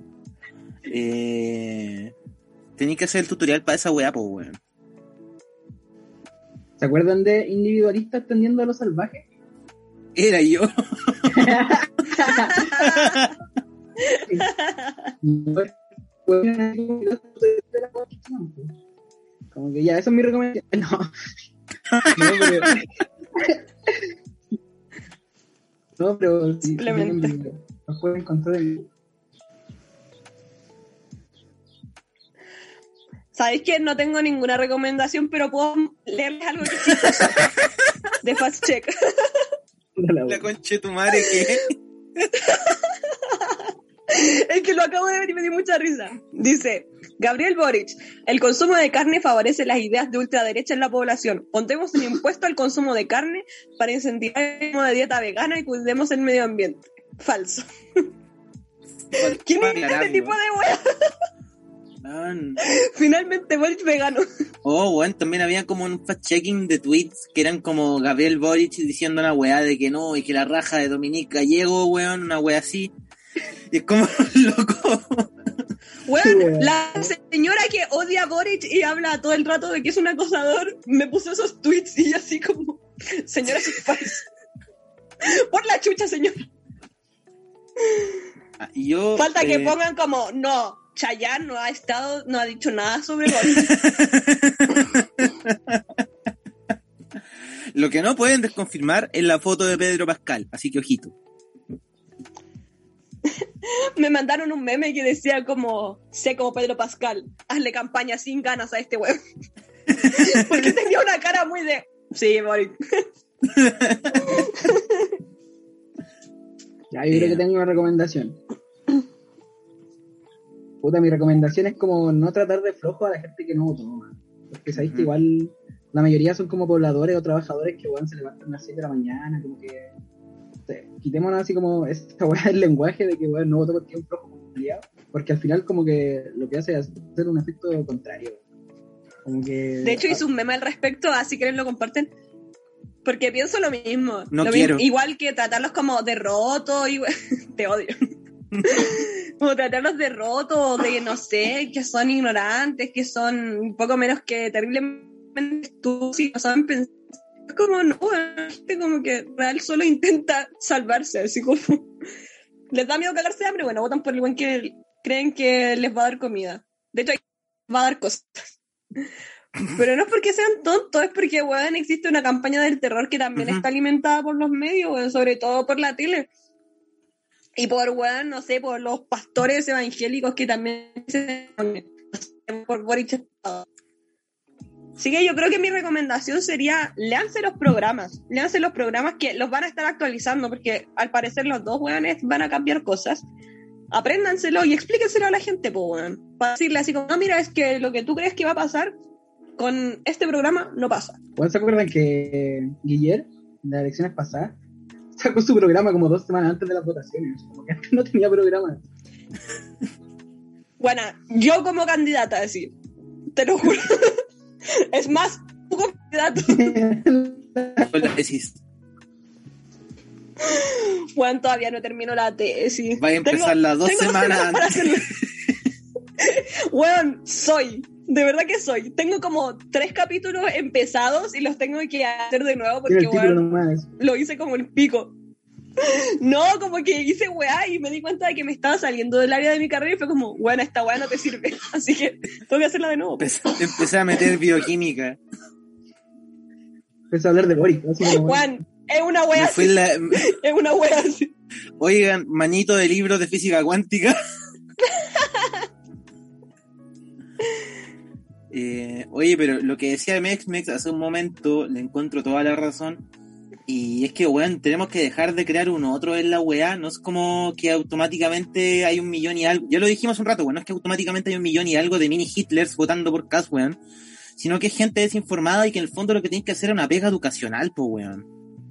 Eh, Tenía que hacer el tutorial para esa weá, pues weón. ¿Se acuerdan de individualistas tendiendo a lo salvaje? Era yo. Como que ya, eso es mi recomendación. No. No, pero. No, pero si Simplemente. si quieren, nos pueden encontrar en. ¿Sabéis que no tengo ninguna recomendación, pero puedo leerles algo que es chistoso? De Fast Check. La concha de tu madre, ¿qué? Es que lo acabo de ver y me dio mucha risa. Dice, Gabriel Boric, el consumo de carne favorece las ideas de ultraderecha en la población. Pondremos un impuesto al consumo de carne para incentivar el consumo de dieta vegana y cuidemos el medio ambiente. Falso. ¿Quién es este tipo de wea? Man. Finalmente Boric vegano. Oh, weón, también había como un fact-checking de tweets que eran como Gabriel Boric diciendo una weá de que no, y que la raja de Dominique Gallego, weón, una weá así. Y es como, loco. Weón, la señora que odia a Boric y habla todo el rato de que es un acosador, me puso esos tweets y yo así como, señora Spice. Por la chucha, señor. Ah, y yo, Falta que eh, pongan como, no, Chayanne no ha estado, no ha dicho nada sobre Boric. Lo que no pueden desconfirmar es la foto de Pedro Pascal, así que ojito. Me mandaron un meme que decía como, sé como Pedro Pascal, hazle campaña sin ganas a este weón. Porque tenía una cara muy de, sí, Boric. Ya, yo creo que tengo una recomendación. Puta, mi recomendación es como no tratar de flojo a la gente que no votó, man. Porque sabéis que igual la mayoría son como pobladores o trabajadores que weón se levantan a las seis de la mañana, como que o sea, quitémonos así como esta weá del lenguaje de que weón no votó porque es un flojo complicado, porque al final como que lo que hace es hacer un efecto contrario. Como que De hecho hice un meme al respecto, así que lo comparten. Porque pienso lo mismo. No Lo quiero. mismo, igual que tratarlos como de roto y te odio. Como tratarlos de roto, de no sé, que son ignorantes, que son un poco menos que terriblemente estúpidos y no saben pensar. Es como no, la gente como que real solo intenta salvarse, así como les da miedo cagarse de hambre, bueno, votan por el buen que creen que les va a dar comida. De hecho, va a dar cosas. Pero no es porque sean tontos, es porque, weón, existe una campaña del terror que también Uh-huh. está alimentada por los medios, weón, sobre todo por la tele. Y por, weón, no sé, por los pastores evangélicos que también se... por Boric. Así que yo creo que mi recomendación sería, léanse los programas, léanse los programas que los van a estar actualizando, porque al parecer los dos, weones, van a cambiar cosas. Apréndanselo y explíquenselo a la gente, po, weón. Para decirle así como, no, mira, es que lo que tú crees que va a pasar con este programa no pasa. ¿Ustedes se acuerdan que Guillermo, en las elecciones pasadas, sacó su programa como dos semanas antes de las votaciones? Como que antes no tenía programa. Bueno, yo como candidata, así, te lo juro. Es más, tú como candidato. Con la tesis. Bueno, todavía no termino la tesis. Va a empezar las dos tengo semanas para antes. hacerlo. Weón, soy. De verdad que soy. Tengo como tres capítulos empezados y los tengo que hacer de nuevo Tiene porque, el título weón, nomás. lo hice como el pico. No, como que hice weá y me di cuenta de que me estaba saliendo del área de mi carrera y fue como, bueno, esta weá no te sirve. Así que tengo que hacerla de nuevo. Empecé, empecé a meter bioquímica. Empezó a hablar de Boric. Así como, Juan, es una weá Me fui así. la... Es una weá así. Oigan, manito de libros de física cuántica. Eh, oye, pero lo que decía Mex Mex hace un momento, le encuentro toda la razón. Y es que, weón, tenemos que dejar de crear uno otro en la weá. No es como que automáticamente hay un millón y algo. Ya lo dijimos un rato, weón. No es que automáticamente hay un millón y algo de mini Hitlers votando por Kast, weón. Sino que es gente desinformada y que en el fondo lo que tienes que hacer es una pega educacional, po, weón.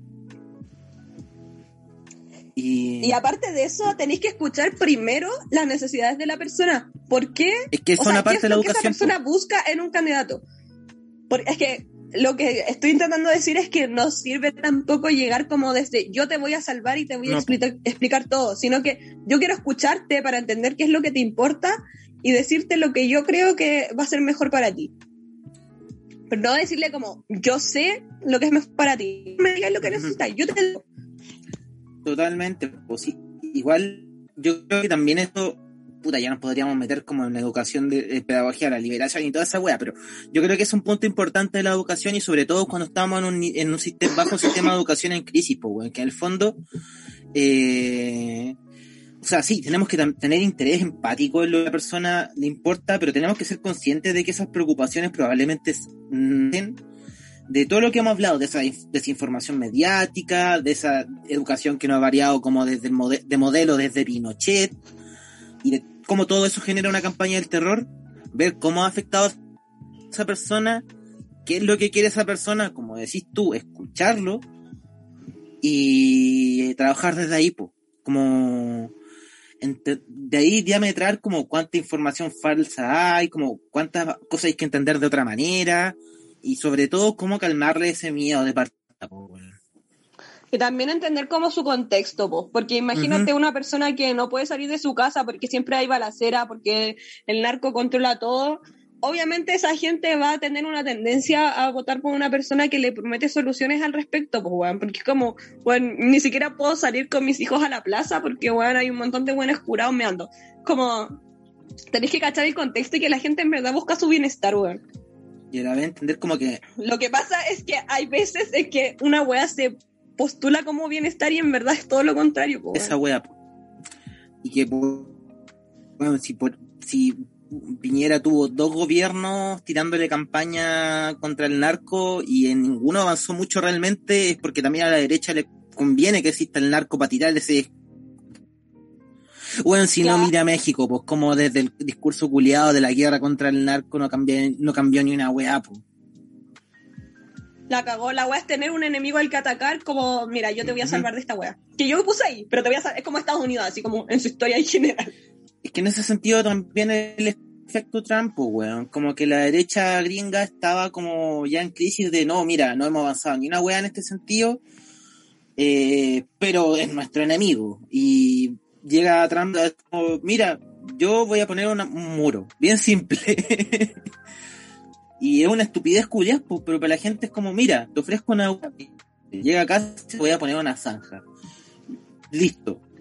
Y... y aparte de eso, tenéis que escuchar primero las necesidades de la persona. ¿Por qué? Es que es o sea, una parte ¿qué es de la lo que educación, esa persona po? busca en un candidato? Porque es que lo que estoy intentando decir es que no sirve tampoco llegar como desde yo te voy a salvar y te voy a No, explicar, explicar todo, sino que yo quiero escucharte para entender qué es lo que te importa y decirte lo que yo creo que va a ser mejor para ti. Pero no decirle como, yo sé lo que es mejor para ti, me digas lo que necesitas, yo te digo. Totalmente, pues sí. Igual, yo creo que también esto, puta, ya nos podríamos meter como en la educación de, de pedagogía, la liberación y toda esa wea, pero yo creo que es un punto importante de la educación y sobre todo cuando estamos en un, en un sistema, bajo sistema de educación en crisis, pues, weón, que en el fondo, eh, o sea, sí, tenemos que tam- tener interés empático en lo que a la persona le importa, pero tenemos que ser conscientes de que esas preocupaciones probablemente estén de todo lo que hemos hablado, de esa desinformación mediática, de esa educación que no ha variado como desde el mode- de modelo desde Pinochet, y de cómo todo eso genera una campaña del terror, ver cómo ha afectado a esa persona, qué es lo que quiere esa persona, como decís tú, escucharlo, y trabajar desde ahí, po, como ente- de ahí diametrar como cuánta información falsa hay, como cuántas cosas hay que entender de otra manera, y sobre todo cómo calmarle ese miedo de partida, po, weón. Y también entender como su contexto, po, porque imagínate Ujú. una persona que no puede salir de su casa porque siempre hay balacera, porque el narco controla todo. Obviamente esa gente va a tener una tendencia a votar por una persona que le promete soluciones al respecto, pues, weón, porque es como, weón, ni siquiera puedo salir con mis hijos a la plaza porque, weón, hay un montón de buenos curados meando. Como, tenéis que cachar el contexto y que la gente en verdad busca su bienestar, weón. Y a la vez entender como que Lo que pasa es que hay veces en que una wea se postula como bienestar y en verdad es todo lo contrario, po, esa weón. wea, po. Y que, po, bueno, si, por, si Piñera tuvo dos gobiernos tirándole campaña contra el narco y en ninguno avanzó mucho realmente, es porque también a la derecha le conviene que exista el narco para tirar ese... Bueno, si Claro. no, mira México, pues como desde el discurso culiado de la guerra contra el narco no cambió, no cambió ni una weá, pues. La cagó, la wea es tener un enemigo al que atacar, como, mira, yo te voy a salvar de esta wea. Que yo me puse ahí, pero te voy a salvar, es como Estados Unidos, así como en su historia en general. Es que en ese sentido también el efecto Trump, pues, weón, como que la derecha gringa estaba como ya en crisis de no, mira, no hemos avanzado ni una weá en este sentido, eh, pero es nuestro enemigo. Y llega Trump, es como, mira, yo voy a poner una, un muro, bien simple. Y es una estupidez culiá, pues, pero para la gente es como, mira, te ofrezco una weá, llega acá, te voy a poner una zanja. Listo.